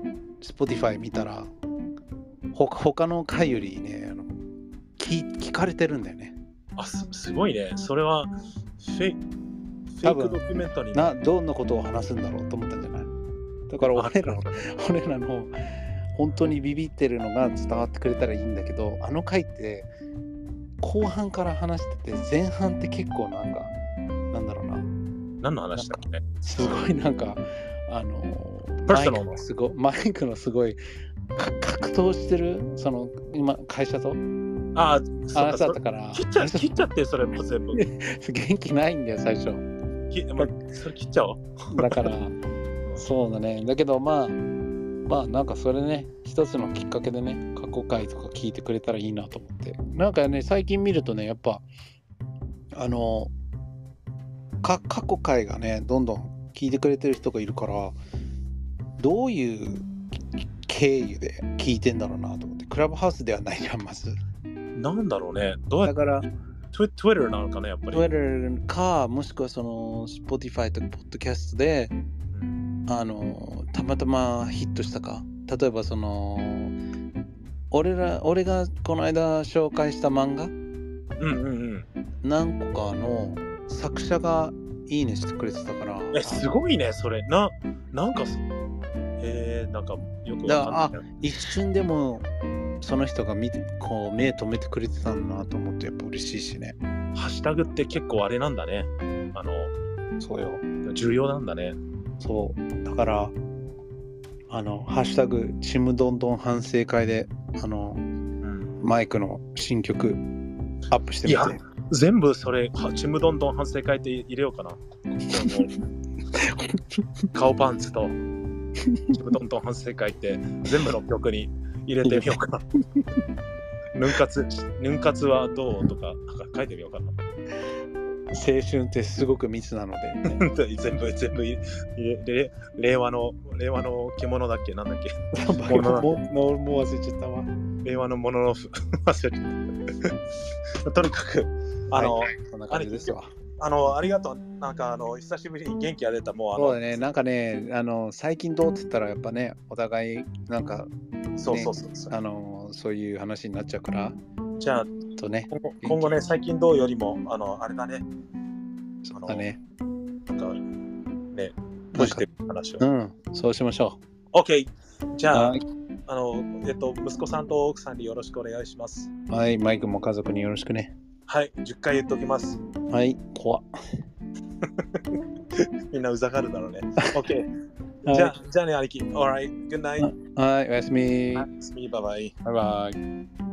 Spotify 見たらほ他の回よりねあの 聞, 聞かれてるんだよね。 あ す, すごいね。それはフェイクドキュメンタリーなどんなことを話すんだろうと思ったんじゃない。だから俺ら俺らの本当にビビってるのが伝わってくれたらいいんだけど、あの回って後半から話してて前半って結構なんかなんだろうな、 何の話だっけ。 すごいなんかあのマイクのすごいマイクのすごい格闘してるその今会社とああ話だったから切っちゃ切っちゃってそれも全部元気ないんだよ最初。 き、まあ、それ切っちゃおう。 だからそうだね。だけどまあまあなんかそれね一つのきっかけでね過去回とか聞いてくれたらいいなと思って。なんかね最近見るとねやっぱあのか過去回がねどんどん聞いてくれてる人がいるから。どういう経由で聞いてんだろうなと思って。クラブハウスではないじゃんまず。 なんだろうね。どうやってだから Twitter なのかねやっぱり。 Twitter かもしくはその Spotify とか Podcast で、うん、あのたまたまヒットしたか。例えばその俺ら俺がこの間紹介した漫画、うんうんうん、何個かの作者がいいねしてくれてたから。 えすごいねそれななんかえー、なんかよくわかんない。あ一瞬でもその人が見てこう目止めてくれてたんだなと思ってやっぱ嬉しいしね。 ハッシュタグって結構あれなんだね。あのそうよ重要なんだね。 そうだからあのハッシュタグちむどんどん反省会であの、うん、マイクの新曲アップしてみて。いや全部それちむどんどん反省会って入れようかな。顔パンツとちむどんどん反省会って全部の曲に入れてみようかな。ヌン活ヌン活はどうとか書いてみようかな。 青春ってすごく密なので、ね、全部全部れ令和の令和の獣だっけなんだっけものもうもう忘れちゃったわ。 令和のものの忘れちゃった。とにかくあの、はい、 こんな感じですわ。 あのありがとう。なんかあの久しぶりに元気が出た。もうあのそうだね。なんかねあの最近どうって言ったらやっぱねお互いなんか、ね、 そうそうそうそうあのそういう話になっちゃうから。 じゃあとね今後、今後ね最近どうよりもあのあれだね。 そうだね。 なんかねポジティブな話を。 うんそうしましょう。OK。じゃああのえっと息子さんと奥さんによろしくお願いします。 はい、マイクも家族によろしくね。 はい、じゅっかい言っときます。 はい、怖っ。 みんなうざがるだろうね。OK。じゃあ、じゃあね、兄貴。Alright, good night. はい、おやすみ。 おやすみ、バイバイ。 バイバイ。